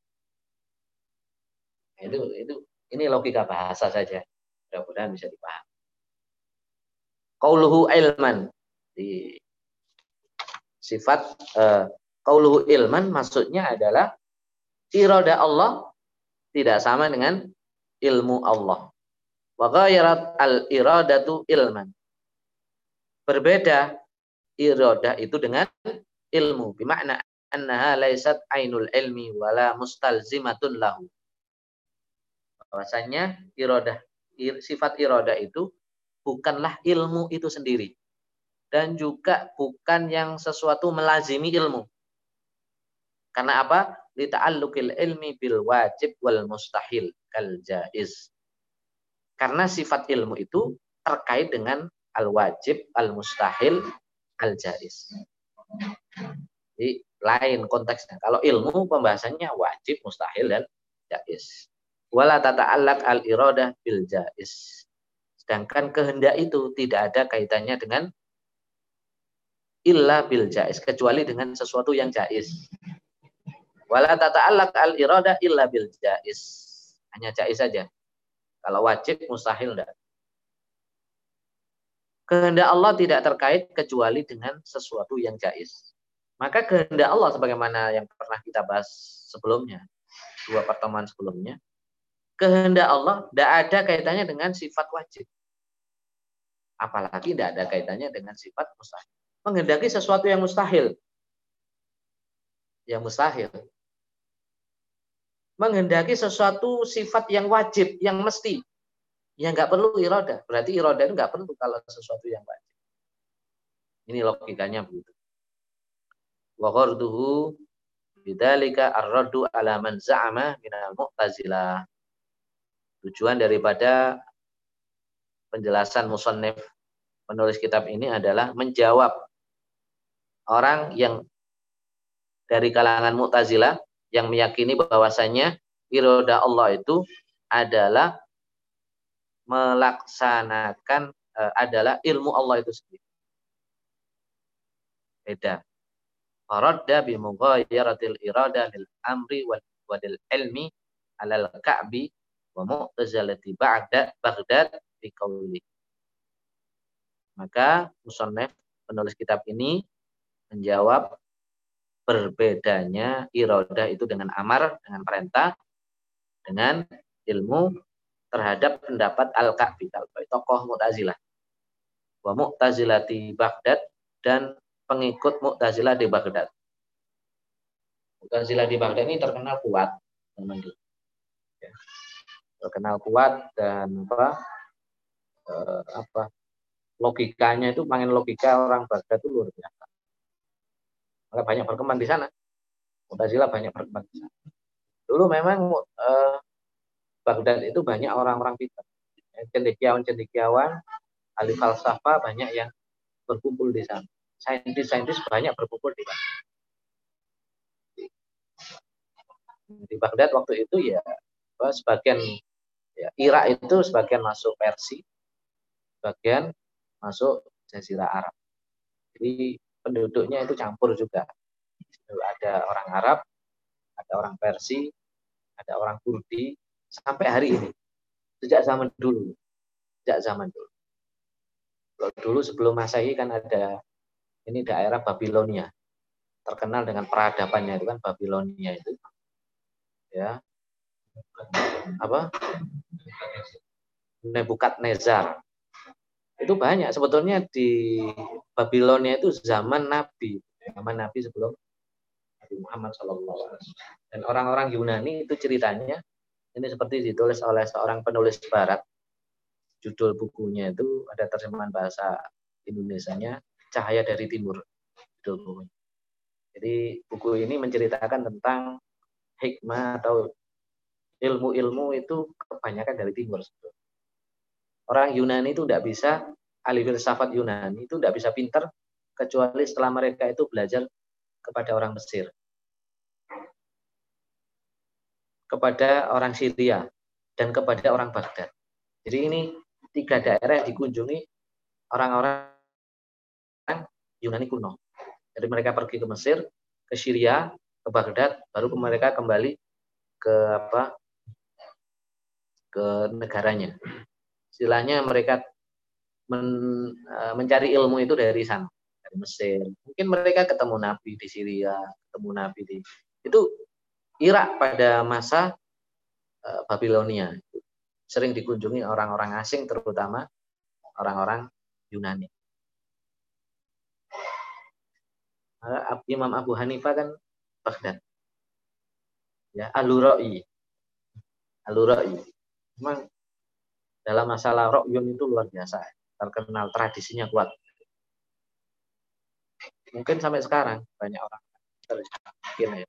Ini logika bahasa saja. Mudah-mudahan bisa dipahami. Qauluhu ilman, di sifat qauluhu ilman maksudnya adalah irada Allah tidak sama dengan ilmu Allah. Wa ghayarat al-iradatu ilman. Berbeda iradah itu dengan ilmu. Bimakna annaha laysat ainul ilmi wala mustalzimatun lahu. Bahwasanya iradah, sifat iradah itu bukanlah ilmu itu sendiri. Dan juga bukan yang sesuatu melazimi ilmu. Karena apa? Lita'alluqil ilmi bil wajib wal mustahil kal jaiz. Karena sifat ilmu itu terkait dengan al wajib, al mustahil, al jaiz. Jadi lain konteksnya. Kalau ilmu pembahasannya wajib, mustahil, dan jaiz. Wala tata'allaq al iradah bil jaiz. Sedangkan kehendak itu tidak ada kaitannya dengan illa bil jaiz, kecuali dengan sesuatu yang jaiz. Wala tata'allaq al iradah illa bil jaiz. Hanya jaiz saja. Kalau wajib, mustahil enggak. Kehendak Allah tidak terkait kecuali dengan sesuatu yang jaiz. Maka kehendak Allah sebagaimana yang pernah kita bahas sebelumnya, 2 pertemuan sebelumnya, kehendak Allah tidak ada kaitannya dengan sifat wajib. Apalagi tidak ada kaitannya dengan sifat mustahil. Menghendaki sesuatu yang mustahil. Yang mustahil. Menghendaki sesuatu sifat yang wajib, yang mesti. Ya nggak perlu iradah. Berarti iradah itu nggak perlu kalau sesuatu yang wajib. Ini logikanya begitu. Wa gharduhu bidzalika ar-raddu ala man za'ama minal mu'tazilah. Tujuan daripada penjelasan musannif penulis kitab ini adalah menjawab orang yang dari kalangan Mu'tazilah yang meyakini bahwasanya iroda Allah itu adalah melaksanakan adalah ilmu Allah itu sendiri. Beda. Faradda bi mughayaratil irada lil amri wa lil ilmi alal ka'bi wa mu'tazilati Baghdad bi qauli. Maka musannaf penulis kitab ini menjawab berbedanya irodah itu dengan amar, dengan perintah, dengan ilmu terhadap pendapat Al-Ka'bi, tokoh Mu'tazilah. Wa Mu'tazilati Baghdad dan pengikut Mu'tazilah di Baghdad. Mu'tazilah di Baghdad ini terkenal kuat, teman-teman. Terkenal kuat dan logikanya itu main logika orang Baghdad itu luar biasa. Maka banyak berkembang di sana. Mu'tazilah banyak berkembang di sana. Dulu memang Baghdad itu banyak orang-orang pintar. Cendekiawan, ahli falsafah banyak yang berkumpul di sana. Saintis-saintis banyak berkumpul di sana. Di Baghdad waktu itu ya sebagian ya, Irak itu sebagian masuk Persia, sebagian masuk Jazirah Arab. Jadi penduduknya itu campur juga. Ada orang Arab, ada orang Persia, ada orang Kurdi, sampai hari ini. Sejak zaman dulu. Dulu sebelum Masehi kan ada ini daerah Babilonia. Terkenal dengan peradabannya itu kan Babilonia itu. Ya. Nebukadnezar. Itu banyak sebetulnya di Babilonia itu zaman Nabi sebelum Nabi Muhammad SAW. Dan orang-orang Yunani itu ceritanya ini seperti ditulis oleh seorang penulis barat. Judul bukunya itu ada terjemahan bahasa Indonesianya Cahaya dari Timur. Judul bukunya. Jadi buku ini menceritakan tentang hikmah atau ilmu-ilmu itu kebanyakan dari timur. Orang Yunani itu tidak bisa, ahli filsafat Yunani itu tidak bisa pintar kecuali setelah mereka itu belajar kepada orang Mesir, kepada orang Syria, dan kepada orang Baghdad. Jadi ini 3 daerah yang dikunjungi orang-orang Yunani kuno. Jadi mereka pergi ke Mesir, ke Syria, ke Baghdad, baru mereka kembali ke negaranya. Istilahnya mereka mencari ilmu itu dari sana, dari Mesir. Mungkin mereka ketemu Nabi di Syria, ketemu Nabi di itu Irak pada masa Babilonia. Sering dikunjungi orang-orang asing, terutama orang-orang Yunani. Imam Abu Hanifah kan Baghdad. Ya, Al-Ra'i. Memang dalam masalah ro'yun itu luar biasa. Terkenal, tradisinya kuat. Mungkin sampai sekarang banyak orang. Mungkin ya.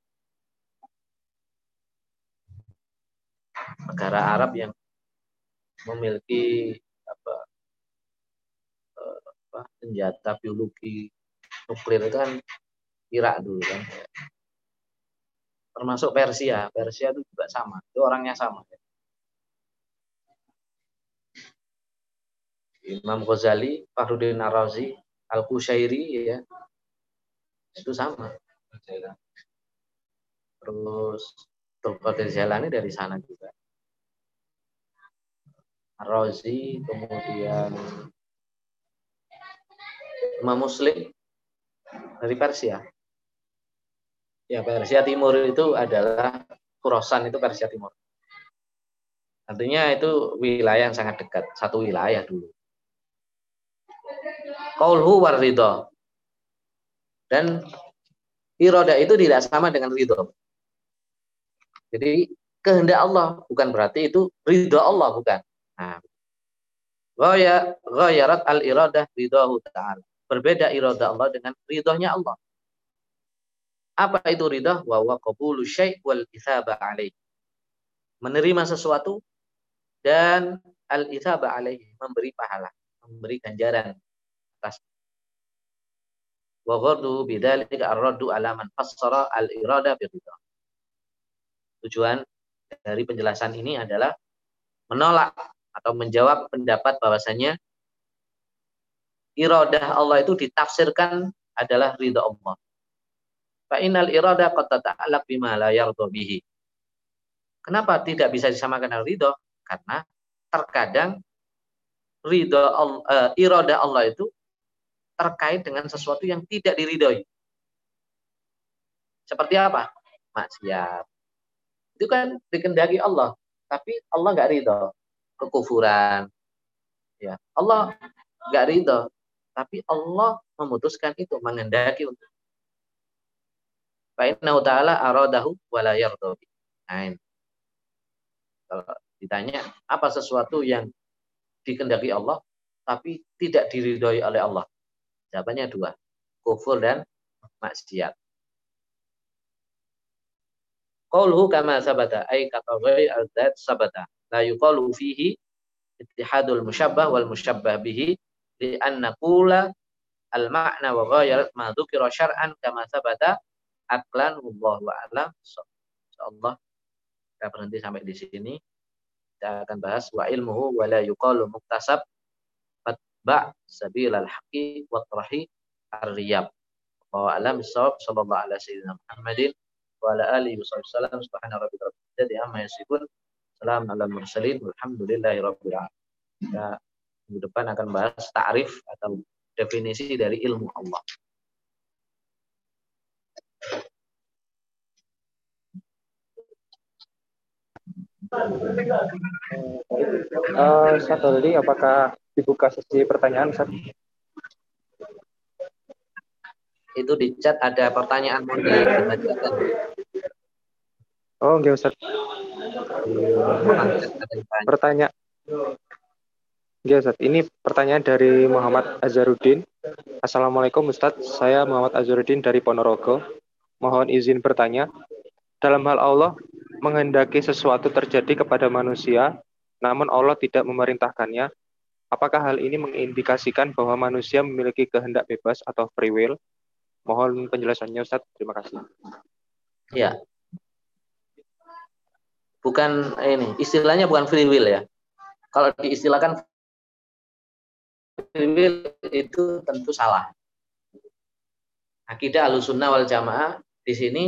Negara Arab yang memiliki senjata biologi nuklir itu kan Irak dulu kan. Termasuk Persia itu juga sama. Itu orangnya sama. Imam Ghazali, Fakhruddin Ar-Razi, Al-Qushairi ya. Itu sama. Terus Abdul Jalani dari sana juga. Ar-Razi, kemudian Imam Muslim dari Persia. Ya, Persia Timur itu adalah Khurasan, itu Persia Timur. Artinya itu wilayah yang sangat dekat, satu wilayah dulu. Qaulhu war ridho. Dan iroda itu tidak sama dengan ridho. Jadi kehendak Allah bukan berarti itu ridho Allah, bukan. Nah, ghayarat al-iradah ridhahu ta'ala. Berbeda iradah Allah dengan ridhonya Allah. Apa itu ridha? Wa huwa qabulu syai' wal itsaba alaihi. Menerima sesuatu dan al-itsaba alaihi, memberi pahala, memberi ganjaran Wa ghardu bidzalika ar-raddu ala man fassara al-irada biridha. Tujuan dari penjelasan ini adalah menolak atau menjawab pendapat bahwasanya iradah Allah itu ditafsirkan adalah ridha Allah. Fa innal irada qad tata'allaq bima la yardha bihi. Kenapa tidak bisa disamakan dengan ridha? Karena terkadang ridha iradah Allah itu terkait dengan sesuatu yang tidak diridhoi. Seperti apa? Maksiat. Itu kan dikehendaki Allah, tapi Allah nggak ridho. Kekufuran. Ya, Allah nggak ridho, tapi Allah memutuskan itu, menghendaki untuk. Fa innahu ta'ala aradahu wa la yardha. Nah, kalau ditanya apa sesuatu yang dikehendaki Allah tapi tidak diridhoi oleh Allah? Jawabannya dua, kufur dan maksiat. Qauluhu kama sabata ay kata ghai al-dzat sabata la yuqalu fihi ittihadul musyabbah wal musyabbah bihi li anna qula al-ma'na wa ghayarat ma dzukira syar'an kama sabata aqlan wallahu a'lam. Insyaallah kita berhenti sampai di sini. Kita akan bahas wa ilmuhu wa la yuqalu muktasab fatba sabilal haqqi wa trahi ar-riyab. Wa a'lam bissawab sallallahu alaihi wasallam Muhammadin wa ala alihi wasallam subhana rabbika rabbil izzati amma yasifun salamun alal mursalin walhamdulillahi rabbil alamin. Kita minggu depan akan bahas ta'rif atau definisi dari ilmu Allah. Satu lagi, apakah dibuka sesi pertanyaan, Ustaz? Itu di chat ada pertanyaan mau dibacakan. Oh, enggak, Ustaz. Pertanyaan. Enggak, Ustaz. Ini pertanyaan dari Muhammad Azharuddin. Assalamualaikum, Ustaz. Saya Muhammad Azharuddin dari Ponorogo. Mohon izin bertanya. Dalam hal Allah menghendaki sesuatu terjadi kepada manusia, namun Allah tidak memerintahkannya. Apakah hal ini mengindikasikan bahwa manusia memiliki kehendak bebas atau free will? Mohon penjelasannya, Ustaz. Terima kasih. Ya. Bukan ini, istilahnya bukan free will ya. Kalau diistilahkan free will itu tentu salah. Akidah Ahlussunnah wal Jamaah di sini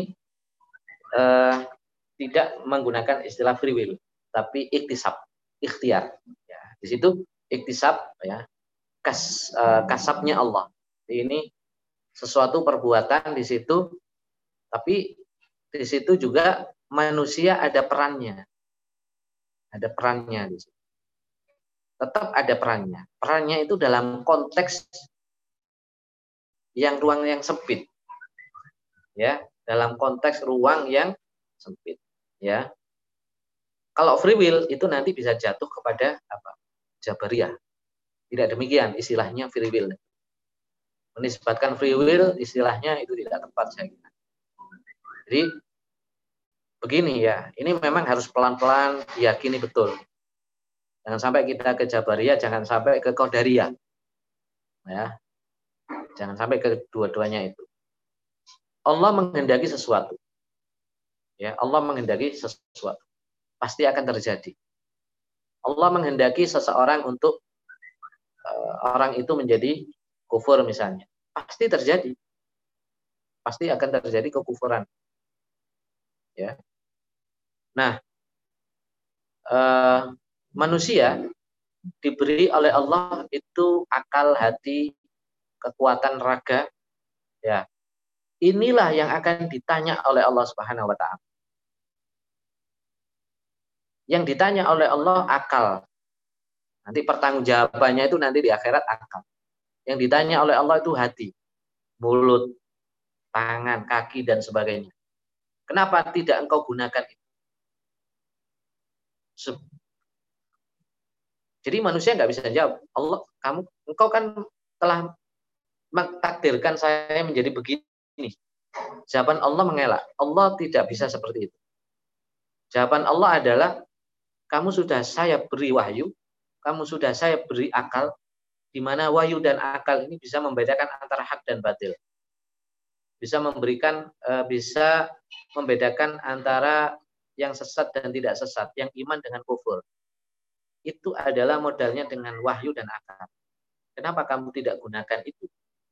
tidak menggunakan istilah free will, tapi iktisab, ikhtiar. Ya, di situ iktisab ya, kasabnya Allah. Ini sesuatu perbuatan di situ, tapi di situ juga manusia ada perannya. Ada perannya di situ. Tetap ada perannya. Perannya itu dalam konteks yang ruang yang sempit. Ya, dalam konteks ruang yang sempit, ya. Kalau free will itu nanti bisa jatuh kepada apa? Jabariyah. Tidak demikian istilahnya free will. Menisbatkan free will istilahnya itu tidak tepat saya kira. Jadi begini ya, ini memang harus pelan-pelan diyakini betul. Jangan sampai kita ke Jabariyah, jangan sampai ke Qadariyah. Ya. Jangan sampai ke dua-duanya itu. Allah menghendaki sesuatu. Ya, Allah menghendaki sesuatu. Pasti akan terjadi. Allah menghendaki seseorang untuk orang itu menjadi kufur misalnya. Pasti terjadi. Pasti akan terjadi kekufuran. Ya. Nah, manusia diberi oleh Allah itu akal, hati, kekuatan raga. Ya. Inilah yang akan ditanya oleh Allah Subhanahu wa taala. Yang ditanya oleh Allah akal. Nanti pertanggungjawabannya itu nanti di akhirat akal. Yang ditanya oleh Allah itu hati, mulut, tangan, kaki dan sebagainya. Kenapa tidak engkau gunakan itu? Jadi manusia nggak bisa jawab. Allah, engkau kan telah mentakdirkan saya menjadi begini. Jawaban Allah mengelak. Allah tidak bisa seperti itu. Jawaban Allah adalah, kamu sudah saya beri wahyu, kamu sudah saya beri akal, di mana wahyu dan akal ini bisa membedakan antara hak dan batil. Bisa membedakan antara yang sesat dan tidak sesat, yang iman dengan kufur. Itu adalah modalnya dengan wahyu dan akal. Kenapa kamu tidak gunakan itu?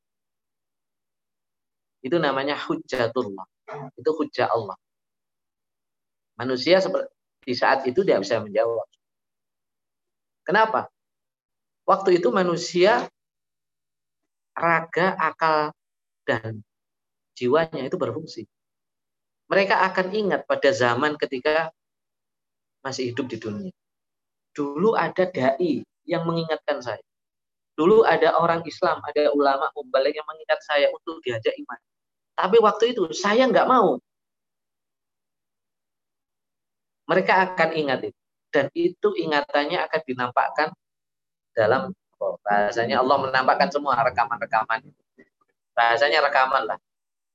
Itu namanya hujjatullah. Itu hujjah Allah. Manusia di saat itu tidak bisa menjawab. Kenapa? Waktu itu manusia raga, akal, dan jiwanya itu berfungsi. Mereka akan ingat pada zaman ketika masih hidup di dunia. Dulu ada dai yang mengingatkan saya. Dulu ada orang Islam, ada ulama mubalik yang mengingat saya untuk diajak iman. Tapi waktu itu saya nggak mau. Mereka akan ingat itu. Dan itu ingatannya akan dinampakkan dalam bahasanya Allah menampakkan semua rekaman-rekaman. Bahasanya rekaman lah.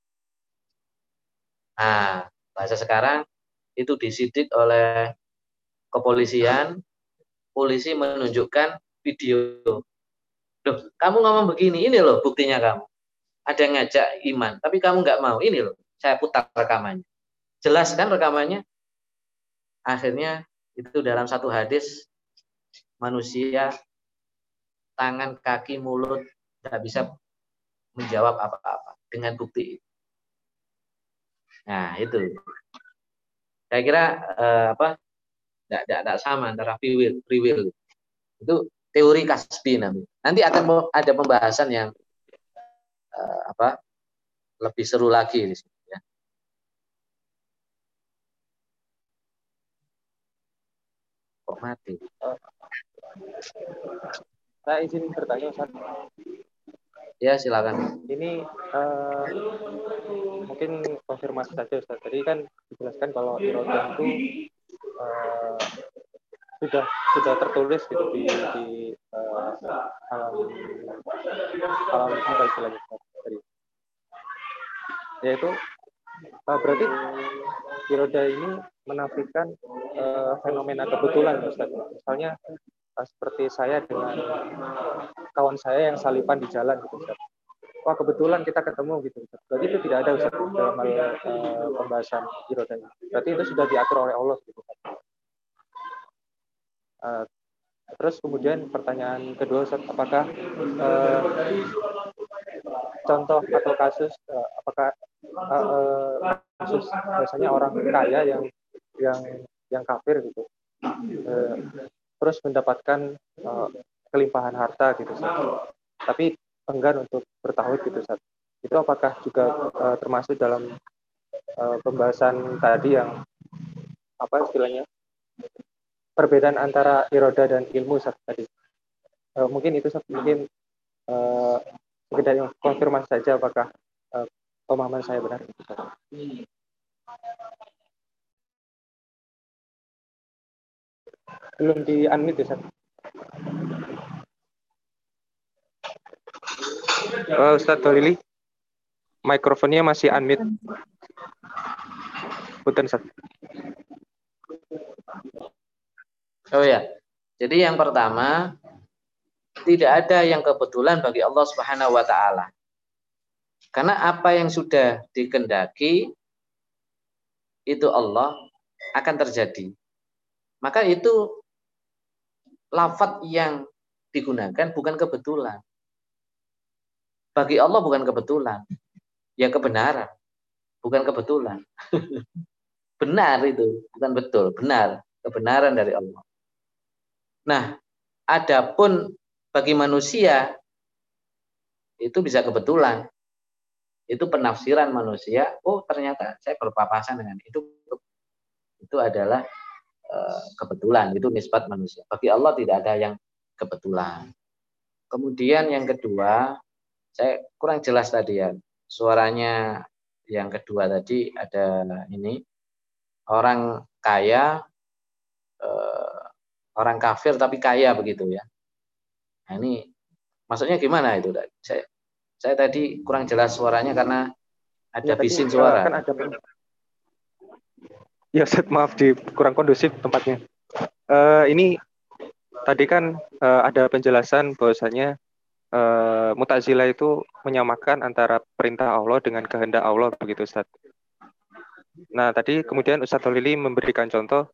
Nah, bahasa sekarang itu disidik oleh kepolisian, polisi menunjukkan video. Loh, kamu ngomong begini, ini loh buktinya kamu. Ada yang ngajak iman, tapi kamu nggak mau. Ini loh, saya putar rekamannya. Jelas kan rekamannya? Akhirnya itu dalam satu hadis, manusia, tangan, kaki, mulut, tidak bisa menjawab apa-apa dengan bukti. Nah, itu. Saya kira tidak sama antara free will. Itu teori Kasbi nanti. Nanti akan ada pembahasan yang lebih seru lagi di sini ya. Kok mati? Saya izin bertanya, Ustaz. Ya, silakan. Ini mungkin konfirmasi saja, Ustaz. Tadi kan dijelaskan kalau irodah itu sudah tertulis gitu di alam apa istilahnya tadi. Yaitu berarti irodah ini menafikan fenomena kebetulan, Ustaz. Misalnya seperti saya dengan kawan saya yang salipan di jalan gitu, Ustaz. Wah, kebetulan kita ketemu gitu, Ustaz. Berarti itu tidak ada, Ustaz, dalam hal pembahasan irodah ini. Berarti itu sudah diatur oleh Allah gitu, Ustaz. Terus kemudian pertanyaan kedua, Ustaz, apakah contoh atau kasus apakah kasus biasanya orang kaya yang kafir gitu terus mendapatkan kelimpahan harta gitu, Ustaz, tapi enggan untuk bertauhid gitu, Ustaz. Itu apakah juga termasuk dalam pembahasan tadi yang apa istilahnya perbedaan antara iroda dan ilmu, Ustaz, tadi. Mungkin itu, Ustaz, mungkin sekedar konfirmasi saja apakah pemahaman saya benar. Belum di-unmute, Ustaz. Ustaz Tolili, mikrofonnya masih unmute. Punten, Ustaz. Oh ya, jadi yang pertama, tidak ada yang kebetulan bagi Allah Subhanahu wa Ta'ala. Karena apa yang sudah dikehendaki itu Allah akan terjadi. Maka itu lafaz yang digunakan bukan kebetulan. Bagi Allah bukan kebetulan, ya kebenaran, bukan kebetulan. Benar itu, bukan betul, benar, kebenaran dari Allah. Nah, adapun bagi manusia itu bisa kebetulan. Itu penafsiran manusia. Oh, ternyata saya berpapasan dengan itu. Itu adalah kebetulan. Itu nisbat manusia. Bagi Allah tidak ada yang kebetulan. Kemudian yang kedua, saya kurang jelas tadi ya. Suaranya yang kedua tadi ada ini. Orang kaya, orang kafir tapi kaya begitu ya. Nah, ini maksudnya gimana itu? Saya tadi kurang jelas suaranya karena ada bising suara. Kan ada ya, Ustaz, maaf, kurang kondusif tempatnya. Ini tadi kan ada penjelasan bahwasanya Mu'tazilah itu menyamakan antara perintah Allah dengan kehendak Allah begitu Ustaz. Nah, tadi kemudian Ustaz Holili memberikan contoh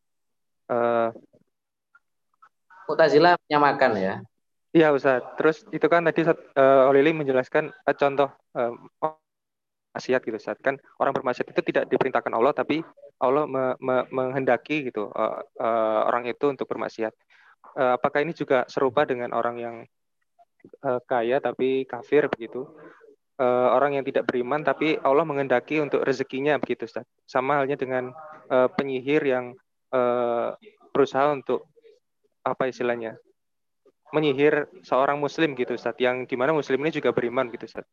Mu'tazilah menyamakan ya. iya Ustaz. Terus itu kan tadi Holili menjelaskan contoh maksiat gitu Ustaz. Kan orang bermaksiat itu tidak diperintahkan Allah tapi Allah menghendaki gitu orang itu untuk bermaksiat. Apakah ini juga serupa dengan orang yang kaya tapi kafir begitu? Orang yang tidak beriman tapi Allah menghendaki untuk rezekinya begitu Ustaz. Sama halnya dengan penyihir yang berusaha untuk apa istilahnya? Menyihir seorang muslim gitu Ustaz, yang dimana muslim ini juga beriman gitu Ustaz.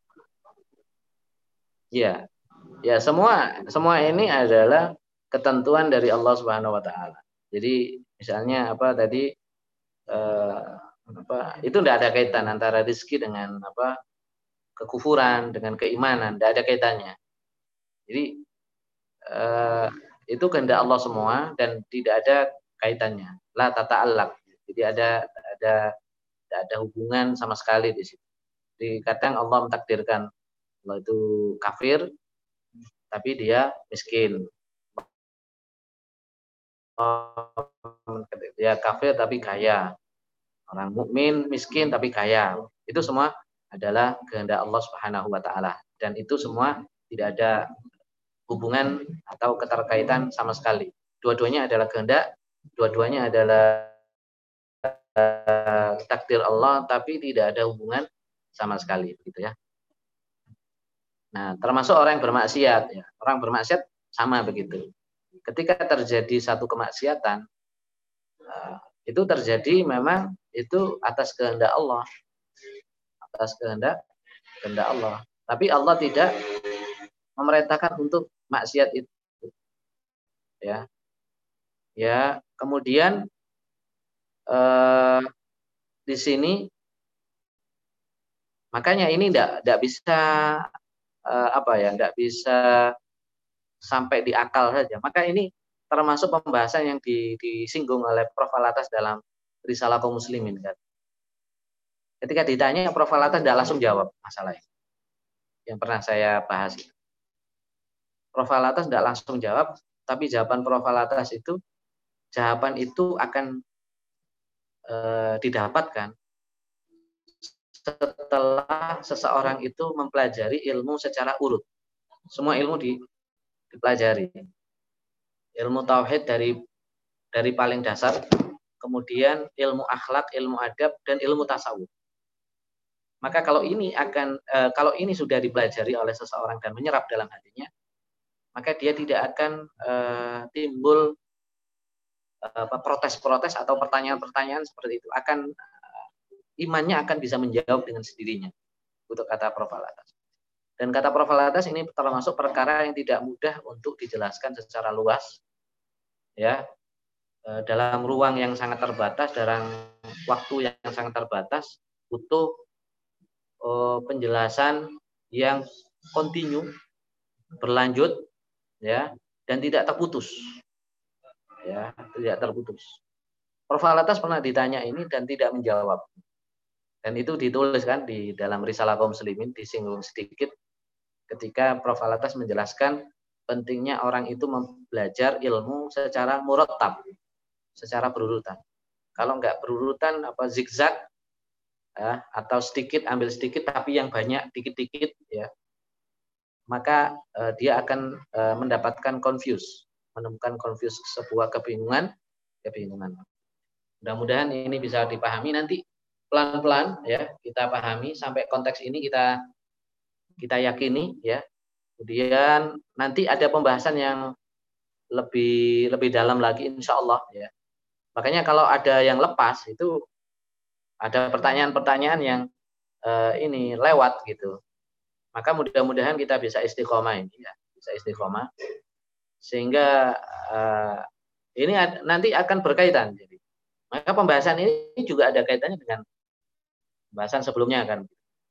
Ya, ya semua ini adalah ketentuan dari Allah Subhanahu wa taala. Jadi misalnya apa tadi itu tidak ada kaitan antara rezeki dengan kekufuran dengan keimanan, tidak ada kaitannya. Jadi itu kehendak Allah semua dan tidak ada kaitannya. La tata'allaq. Jadi tidak ada hubungan sama sekali di situ. Jadi kadang Allah mentakdirkan Allah itu kafir tapi dia miskin. Dia kafir tapi kaya. Orang mukmin miskin tapi kaya. Itu semua adalah kehendak Allah Subhanahu wa taala dan itu semua tidak ada hubungan atau keterkaitan sama sekali. Dua-duanya adalah kehendak, dua-duanya adalah takdir Allah tapi tidak ada hubungan sama sekali gitu ya. Nah, termasuk orang yang bermaksiat ya. Orang bermaksiat sama begitu. Ketika terjadi satu kemaksiatan itu terjadi memang itu atas kehendak Allah. Atas kehendak Allah. Tapi Allah tidak memerintahkan untuk maksiat itu. Ya. Ya, kemudian di sini makanya ini tidak bisa tidak bisa sampai di akal saja. Maka ini termasuk pembahasan yang disinggung oleh Prof. Alatas dalam Risalah kaum muslimin kan. Ketika ditanya Prof. Alatas tidak langsung jawab masalah ini. Yang pernah saya bahas. Prof. Alatas tidak langsung jawab, tapi jawaban Prof. Alatas itu jawaban itu akan didapatkan setelah seseorang itu mempelajari ilmu secara urut. Semua ilmu dipelajari. Ilmu tauhid dari paling dasar, kemudian ilmu akhlak, ilmu adab, dan ilmu tasawuf. Maka kalau ini sudah dipelajari oleh seseorang dan menyerap dalam hatinya, maka dia tidak akan timbul protes-protes atau pertanyaan-pertanyaan seperti itu. Imannya akan bisa menjawab dengan sendirinya. Untuk kata Prof. Alatas. Dan kata Prof. Alatas ini termasuk perkara yang tidak mudah untuk dijelaskan secara luas, ya, dalam ruang yang sangat terbatas, dalam waktu yang sangat terbatas, butuh penjelasan yang kontinu, berlanjut, ya, dan tidak terputus, ya, tidak terputus. Prof. Alatas pernah ditanya ini dan tidak menjawab. Dan itu ditulis kan di dalam Risalah kaum muslimin, disinggung sedikit ketika Prof. Alatas menjelaskan pentingnya orang itu belajar ilmu secara murattab, secara berurutan. Kalau nggak berurutan zigzag ya, atau sedikit ambil sedikit tapi yang banyak dikit-dikit ya, maka dia akan mendapatkan menemukan sebuah kebingungan. Mudah-mudahan ini bisa dipahami nanti pelan-pelan ya, kita pahami sampai konteks ini kita yakini ya. Kemudian nanti ada pembahasan yang lebih dalam lagi insya Allah ya. Makanya kalau ada yang lepas itu ada pertanyaan-pertanyaan yang ini lewat gitu. Maka mudah-mudahan kita bisa istiqomah ini ya, bisa istiqomah sehingga ini nanti akan berkaitan. Jadi, maka pembahasan ini juga ada kaitannya dengan pembahasan sebelumnya kan.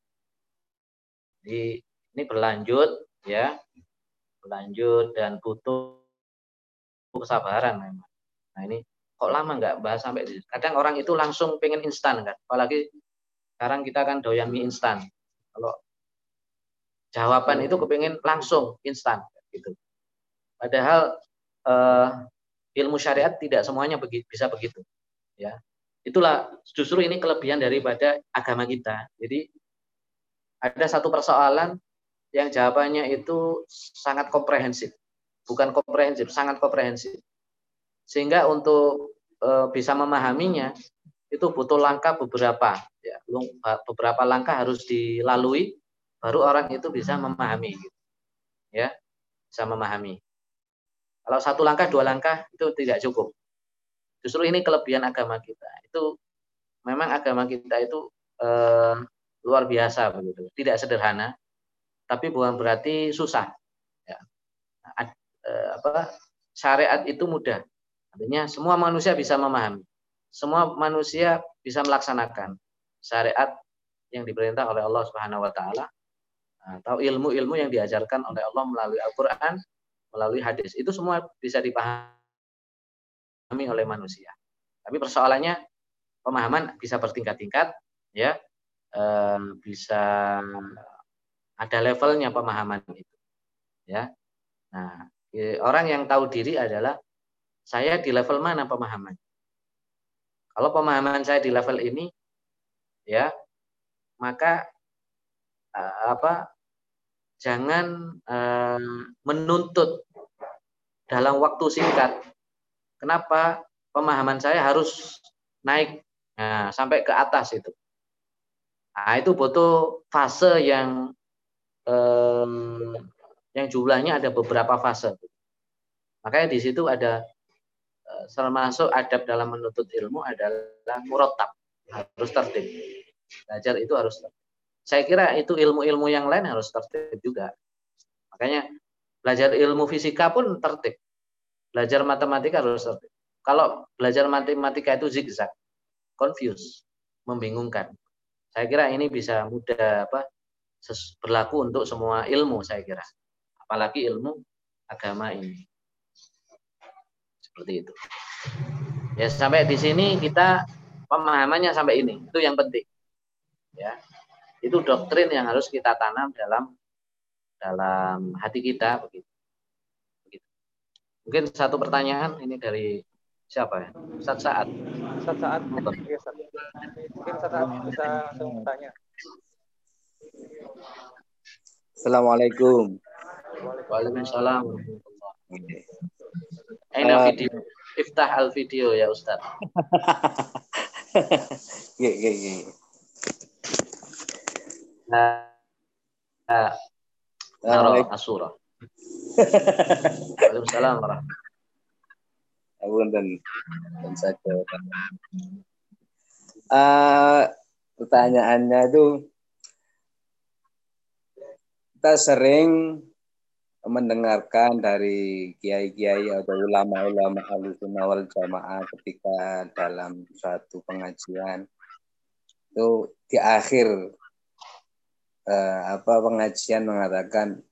Jadi ini berlanjut ya, berlanjut dan butuh kesabaran memang. Nah ini kok lama nggak bahas sampai kadang orang itu langsung pengen instan kan, apalagi Sekarang kita kan doyan mie instan. Kalau jawaban itu kepingin langsung instan gitu. Padahal ilmu syariat tidak semuanya bisa begitu, ya. Itulah justru ini kelebihan daripada agama kita. Jadi ada satu persoalan yang jawabannya itu sangat komprehensif. Bukan komprehensif, sangat komprehensif. Sehingga untuk bisa memahaminya itu butuh langkah beberapa, ya. Beberapa langkah harus dilalui baru orang itu bisa memahami, gitu. Ya, bisa memahami. Kalau satu langkah, dua langkah itu tidak cukup. Justru ini kelebihan agama kita. Itu memang agama kita itu luar biasa begitu. Tidak sederhana, tapi bukan berarti susah. Ya. Syariat itu mudah. Artinya semua manusia bisa memahami. Semua manusia bisa melaksanakan syariat yang diperintah oleh Allah Subhanahu wa taala atau ilmu-ilmu yang diajarkan oleh Allah melalui Al-Qur'an, melalui hadis. Itu semua bisa dipahami oleh manusia. Tapi persoalannya pemahaman bisa bertingkat-tingkat, ya. Bisa ada levelnya pemahaman itu, ya. Nah, orang yang tahu diri adalah saya di level mana pemahaman. Kalau pemahaman saya di level ini, ya, maka jangan menuntut dalam waktu singkat. Kenapa pemahaman saya harus naik sampai ke atas itu? Nah, itu butuh fase yang jumlahnya ada beberapa fase. Makanya di situ ada termasuk adab dalam menuntut ilmu adalah murattab, harus tertib. Belajar itu harus tertib. Saya kira itu ilmu-ilmu yang lain harus tertib juga. Makanya belajar ilmu fisika pun tertib. Belajar matematika harus tertib. Kalau belajar matematika itu zigzag, confuse, membingungkan. Saya kira ini bisa mudah berlaku untuk semua ilmu, saya kira. Apalagi ilmu agama ini. Seperti itu. Ya, sampai di sini kita pemahamannya sampai ini. Itu yang penting. Ya. Itu doktrin yang harus kita tanam dalam hati kita begitu. Mungkin satu pertanyaan ini dari siapa ya? Ustaz Saad. Ustaz Saad. Iya, Ustaz. Mungkin Ustaz Saad bisa langsung bertanya. Assalamualaikum. Waalaikumsalam. Aina video. Iftah al video ya Ustaz. Naro asura. Waalaikumsalam warahmatullahi pertanyaannya itu kita sering mendengarkan dari kiai-kiai atau ulama-ulama Ahlussunnah wal Jamaah ketika dalam suatu pengajian itu di akhir pengajian mengatakan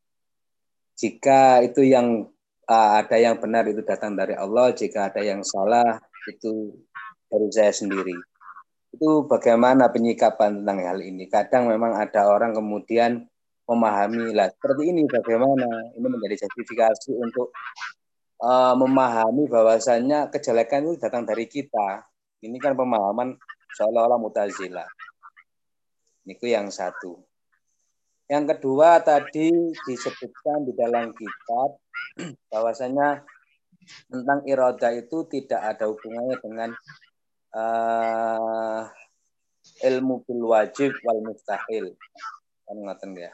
jika itu yang ada yang benar itu datang dari Allah, jika ada yang salah itu dari saya sendiri. Itu bagaimana penyikapan tentang hal ini? Kadang memang ada orang kemudian memahami lah seperti ini, bagaimana ini menjadi justifikasi untuk memahami bahwasannya kejelekan itu datang dari kita. Ini kan pemahaman seolah-olah Mu'tazilah. Itu yang satu. Yang kedua tadi disebutkan di dalam kitab bahwasanya tentang iradah itu tidak ada hubungannya dengan ilmu bil wajib wal mustahil. Kan ngoten ya.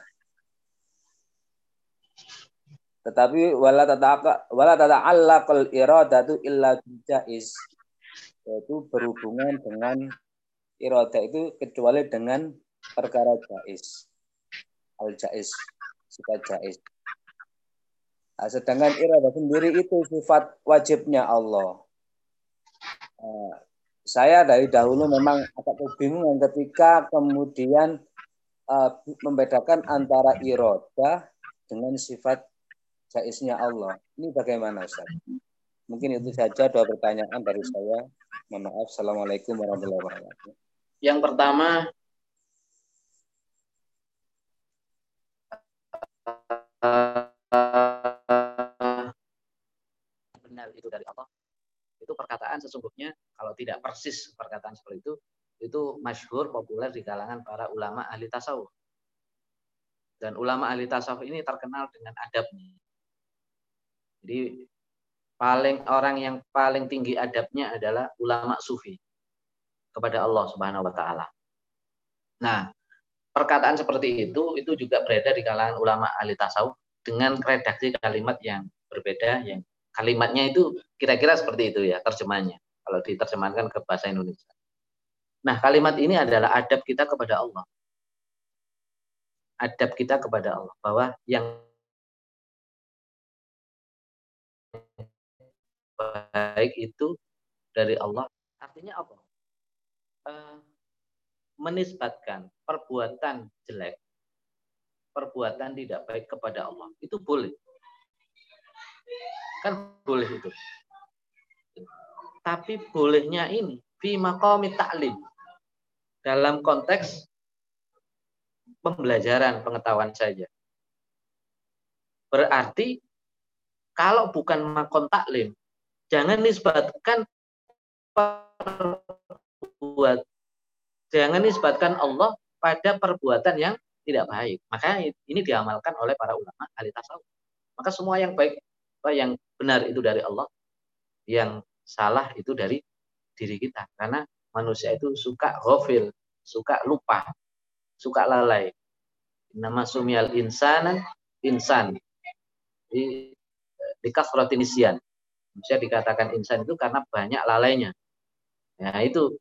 Tetapi wala tata'allaqal iradatu illa bil jaiz. Yaitu berhubungan dengan iradah itu kecuali dengan perkara jaiz. Al-jaiz, sifat jaiz. Nah, sedangkan iradah sendiri itu sifat wajibnya Allah. Saya dari dahulu memang agak kebingungan ketika kemudian membedakan antara iradah dengan sifat jaiznya Allah. Ini bagaimana Ustaz? Mungkin itu saja dua pertanyaan dari saya. Mohon maaf. Assalamualaikum warahmatullahi wabarakatuh. Yang pertama, perkataan sesungguhnya kalau tidak persis perkataan seperti itu masyhur populer di kalangan para ulama ahli tasawuf. Dan ulama ahli tasawuf ini terkenal dengan adabnya. Jadi orang yang paling tinggi adabnya adalah ulama sufi kepada Allah Subhanahu wa taala. Nah, perkataan seperti itu juga beredar di kalangan ulama ahli tasawuf dengan redaksi kalimat yang berbeda, yang kalimatnya itu kira-kira seperti itu ya terjemahnya kalau diterjemahkan ke bahasa Indonesia. Nah, kalimat ini adalah adab kita kepada Allah. Adab kita kepada Allah bahwa yang baik itu dari Allah. Artinya apa? Menisbatkan perbuatan jelek, perbuatan tidak baik kepada Allah itu boleh, kan boleh itu. Tapi bolehnya ini fi maqami ta'lim, dalam konteks pembelajaran pengetahuan saja. Berarti kalau bukan maqam ta'lim, jangan nisbatkan Allah pada perbuatan yang tidak baik. Maka ini diamalkan oleh para ulama ahli tasawuf. Maka semua yang baik, yang benar itu dari Allah, yang salah itu dari diri kita. Karena manusia itu suka ghafil, suka lupa, suka lalai. Nama sumiyal insan di kasratin nisyan. Manusia dikatakan insan itu karena banyak lalainya. Nah, itu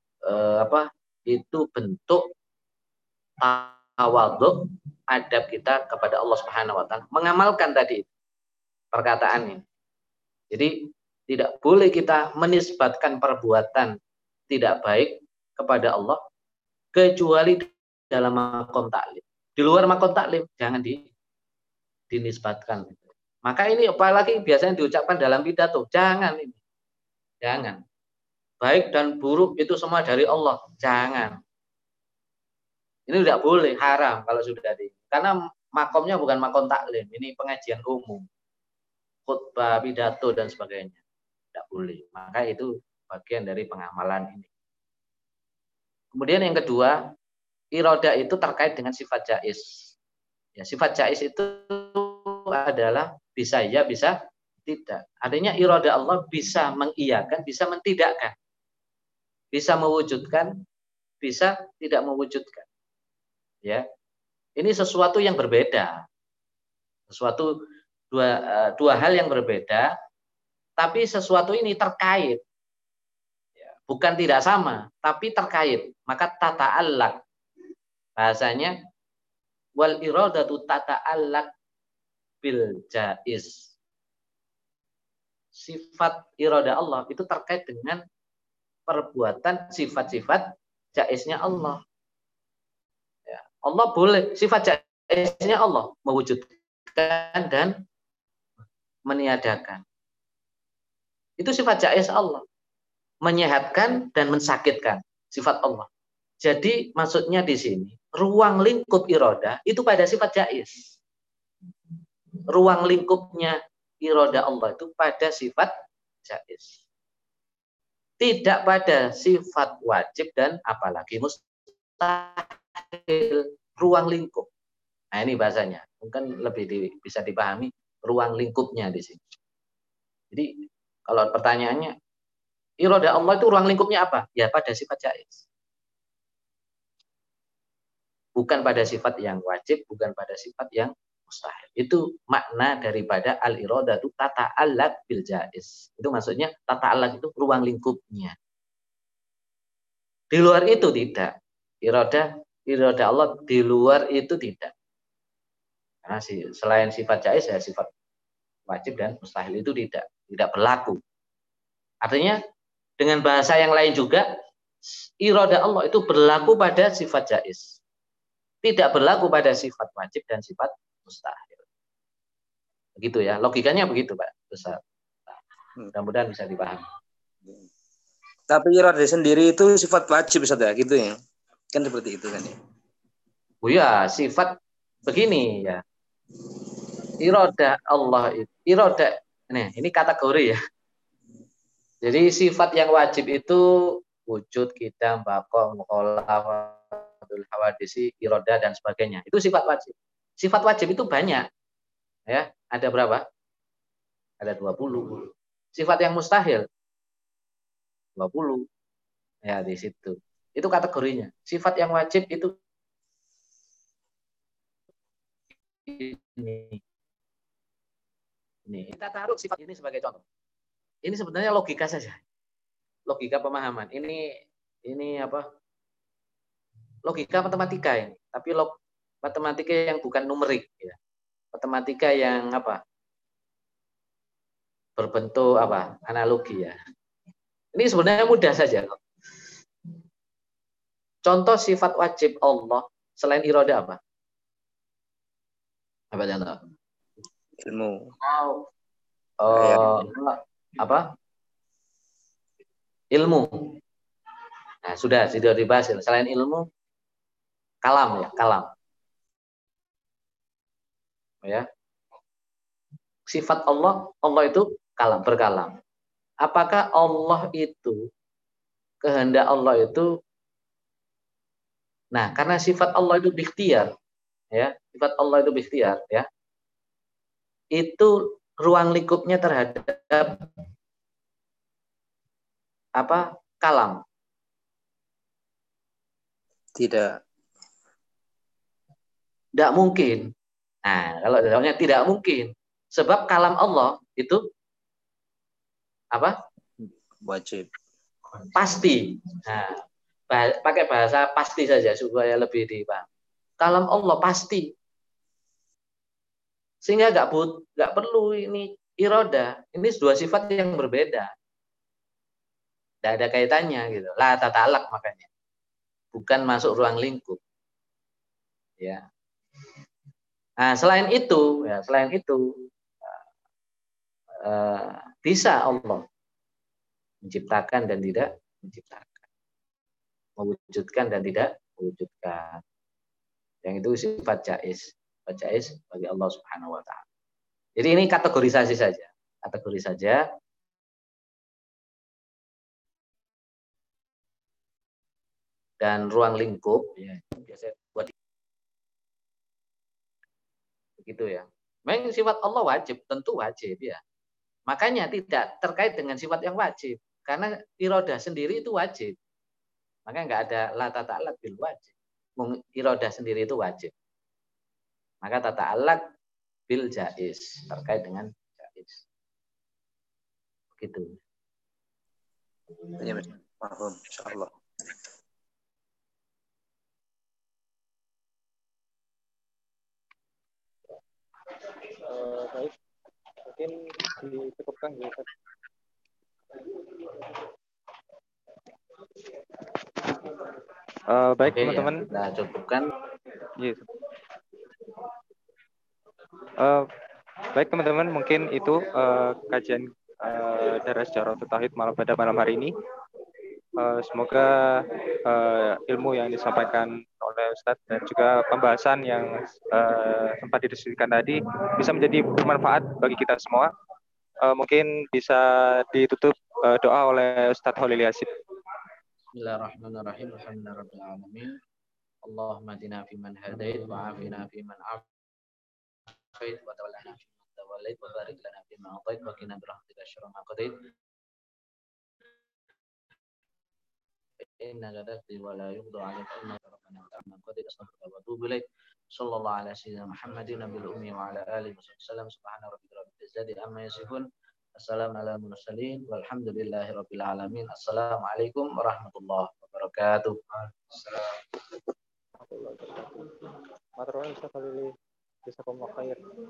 itu bentuk tawadhu, adab kita kepada Allah Subhanahu wa taala, mengamalkan tadi perkataan ini. Jadi tidak boleh kita menisbatkan perbuatan tidak baik kepada Allah kecuali dalam maqam ta'lim. Di luar maqam ta'lim jangan dinisbatkan. Maka ini apalagi biasanya diucapkan dalam pidato, jangan ini. Jangan. Baik dan buruk itu semua dari Allah. Jangan. Ini tidak boleh, haram kalau sudah karena makomnya bukan makom taklim. Ini pengajian umum. Khutbah, pidato, dan sebagainya. Tidak boleh. Maka itu bagian dari pengamalan ini. Kemudian yang kedua, iroda itu terkait dengan sifat jaiz. Ya, sifat jaiz itu adalah bisa ya, bisa tidak. Artinya iroda Allah bisa mengiyakan, bisa mentidakkan. Bisa mewujudkan, bisa tidak mewujudkan. Ya, ini sesuatu yang berbeda, sesuatu dua hal yang berbeda, tapi sesuatu ini terkait, ya, bukan tidak sama, tapi terkait. Maka tata'allaq, bahasanya wal iradatu tata'allaq bil jaiz. Sifat irada Allah itu terkait dengan perbuatan sifat-sifat jaiznya Allah. Ya, Allah boleh, sifat jaiznya Allah mewujudkan dan meniadakan. Itu sifat jaiz Allah. Menyehatkan dan mensakitkan, sifat Allah. Jadi maksudnya di sini, ruang lingkup iroda itu pada sifat jaiz. Ruang lingkupnya iroda Allah itu pada sifat jaiz. Tidak pada sifat wajib dan apalagi mustahil, ruang lingkup. Nah, ini bahasanya. Mungkin lebih bisa dipahami ruang lingkupnya di sini. Jadi, kalau pertanyaannya, iroda Allah itu ruang lingkupnya apa? Ya, pada sifat jaiz. Bukan pada sifat yang wajib, bukan pada sifat yang mustahil. Itu makna daripada al-iradatu tata'allaq bil jaiz. Itu maksudnya tata'allaq itu ruang lingkupnya. Di luar itu tidak. Irada Allah di luar itu tidak. Karena selain sifat jaiz ya sifat wajib dan mustahil itu tidak berlaku. Artinya dengan bahasa yang lain juga irada Allah itu berlaku pada sifat jaiz. Tidak berlaku pada sifat wajib dan sifat mustahil. Begitu ya, logikanya begitu Pak Ustaz. Mudah-mudahan bisa dipahami. Tapi iroda sendiri itu sifat wajib Ustaz ya, gitu ya. Kan seperti itu kan ya. Oh ya, sifat begini ya. Iroda Allah itu, iroda, ini kategori ya. Jadi sifat yang wajib itu wujud, qidam, baqa, mukhalaf, hawadisi, iroda dan sebagainya. Itu sifat wajib. Sifat wajib itu banyak. Ya, ada berapa? Ada 20. Sifat yang mustahil 20. Ya, di situ. Itu kategorinya. Sifat yang wajib itu ini. Ini. Kita taruh sifat ini sebagai contoh. Ini sebenarnya logika saja. Logika pemahaman. Ini apa? Logika matematika ini. Tapi matematika yang bukan numerik ya. Matematika yang apa? Berbentuk apa? Analogi ya. Ini sebenarnya mudah saja. Contoh sifat wajib Allah selain iroda apa? Apa contoh? Ilmu. Apa? Ilmu. Nah, sudah dibahas. Selain ilmu, kalam ya, kalam. Ya. Sifat Allah itu kalam, berkalam. Apakah Allah itu kehendak Allah itu? Nah, karena sifat Allah itu biktiar, ya, sifat Allah itu biktiar, ya. Itu ruang lingkupnya terhadap apa? Kalam. Tidak mungkin. Nah, kalau jawabnya tidak mungkin. Sebab kalam Allah itu apa? wajib. Pasti. Nah, pakai bahasa pasti saja supaya lebih dipaham. Kalam Allah pasti. Sehingga nggak perlu ini iroda. Ini dua sifat yang berbeda. Tidak ada kaitannya gitu. La tata'alaq makanya. Bukan masuk ruang lingkup. Ya. Nah, selain itu bisa Allah menciptakan dan tidak menciptakan, mewujudkan dan tidak mewujudkan. Yang itu sifat jaiz bagi Allah Subhanahu wa taala. Jadi ini kategorisasi saja. Dan ruang lingkup ya, biasa buat begitu ya. Memang sifat Allah wajib, tentu wajib ya. Makanya tidak terkait dengan sifat yang wajib. Karena irodah sendiri itu wajib. Makanya nggak ada la tata'alaq bil wajib. Irodah sendiri itu wajib. Maka tata'alaq bil jaiz, terkait dengan jaiz. Begitu. Ya, paham, insyaallah. Baik, mungkin dicukupkan ya. Baik teman-teman. Ya, kita cukupkan. Yes. Baik teman-teman, mungkin itu kajian Daras Jaratul Tauhid pada malam hari ini. Semoga ilmu yang disampaikan oleh Ustadz dan juga pembahasan yang sempat didiskusikan tadi bisa menjadi bermanfaat bagi kita semua. Mungkin bisa ditutup doa oleh Ustadz Holil Yasin. Bismillahirrahmanirrahim. Alhamdulillahirabbil alamin. Allahumma hadina fiman hadait wa afina fiman afait wa tawallana fiman tawallait wa barik lana fima atait wa qina birahmatika syarra ma qadait. Innaka taqdi wa la yuqda 'alaika innaka rabbana ta'ala qadait astaghfiruka wa atubu ilaik. Sallallahu ala sayyidina Muhammadin nabil ummi wa ala alihi wasallam. Subhana rabbika rabbil izzati amma yasifun. Assalamualaikum warahmatullahi wabarakatuh. Walhamdulillahi rabbil alamin. Assalamualaikum warahmatullahi wabarakatuh. Matur nuwun Ustaz Holil. Jazakumullah khair.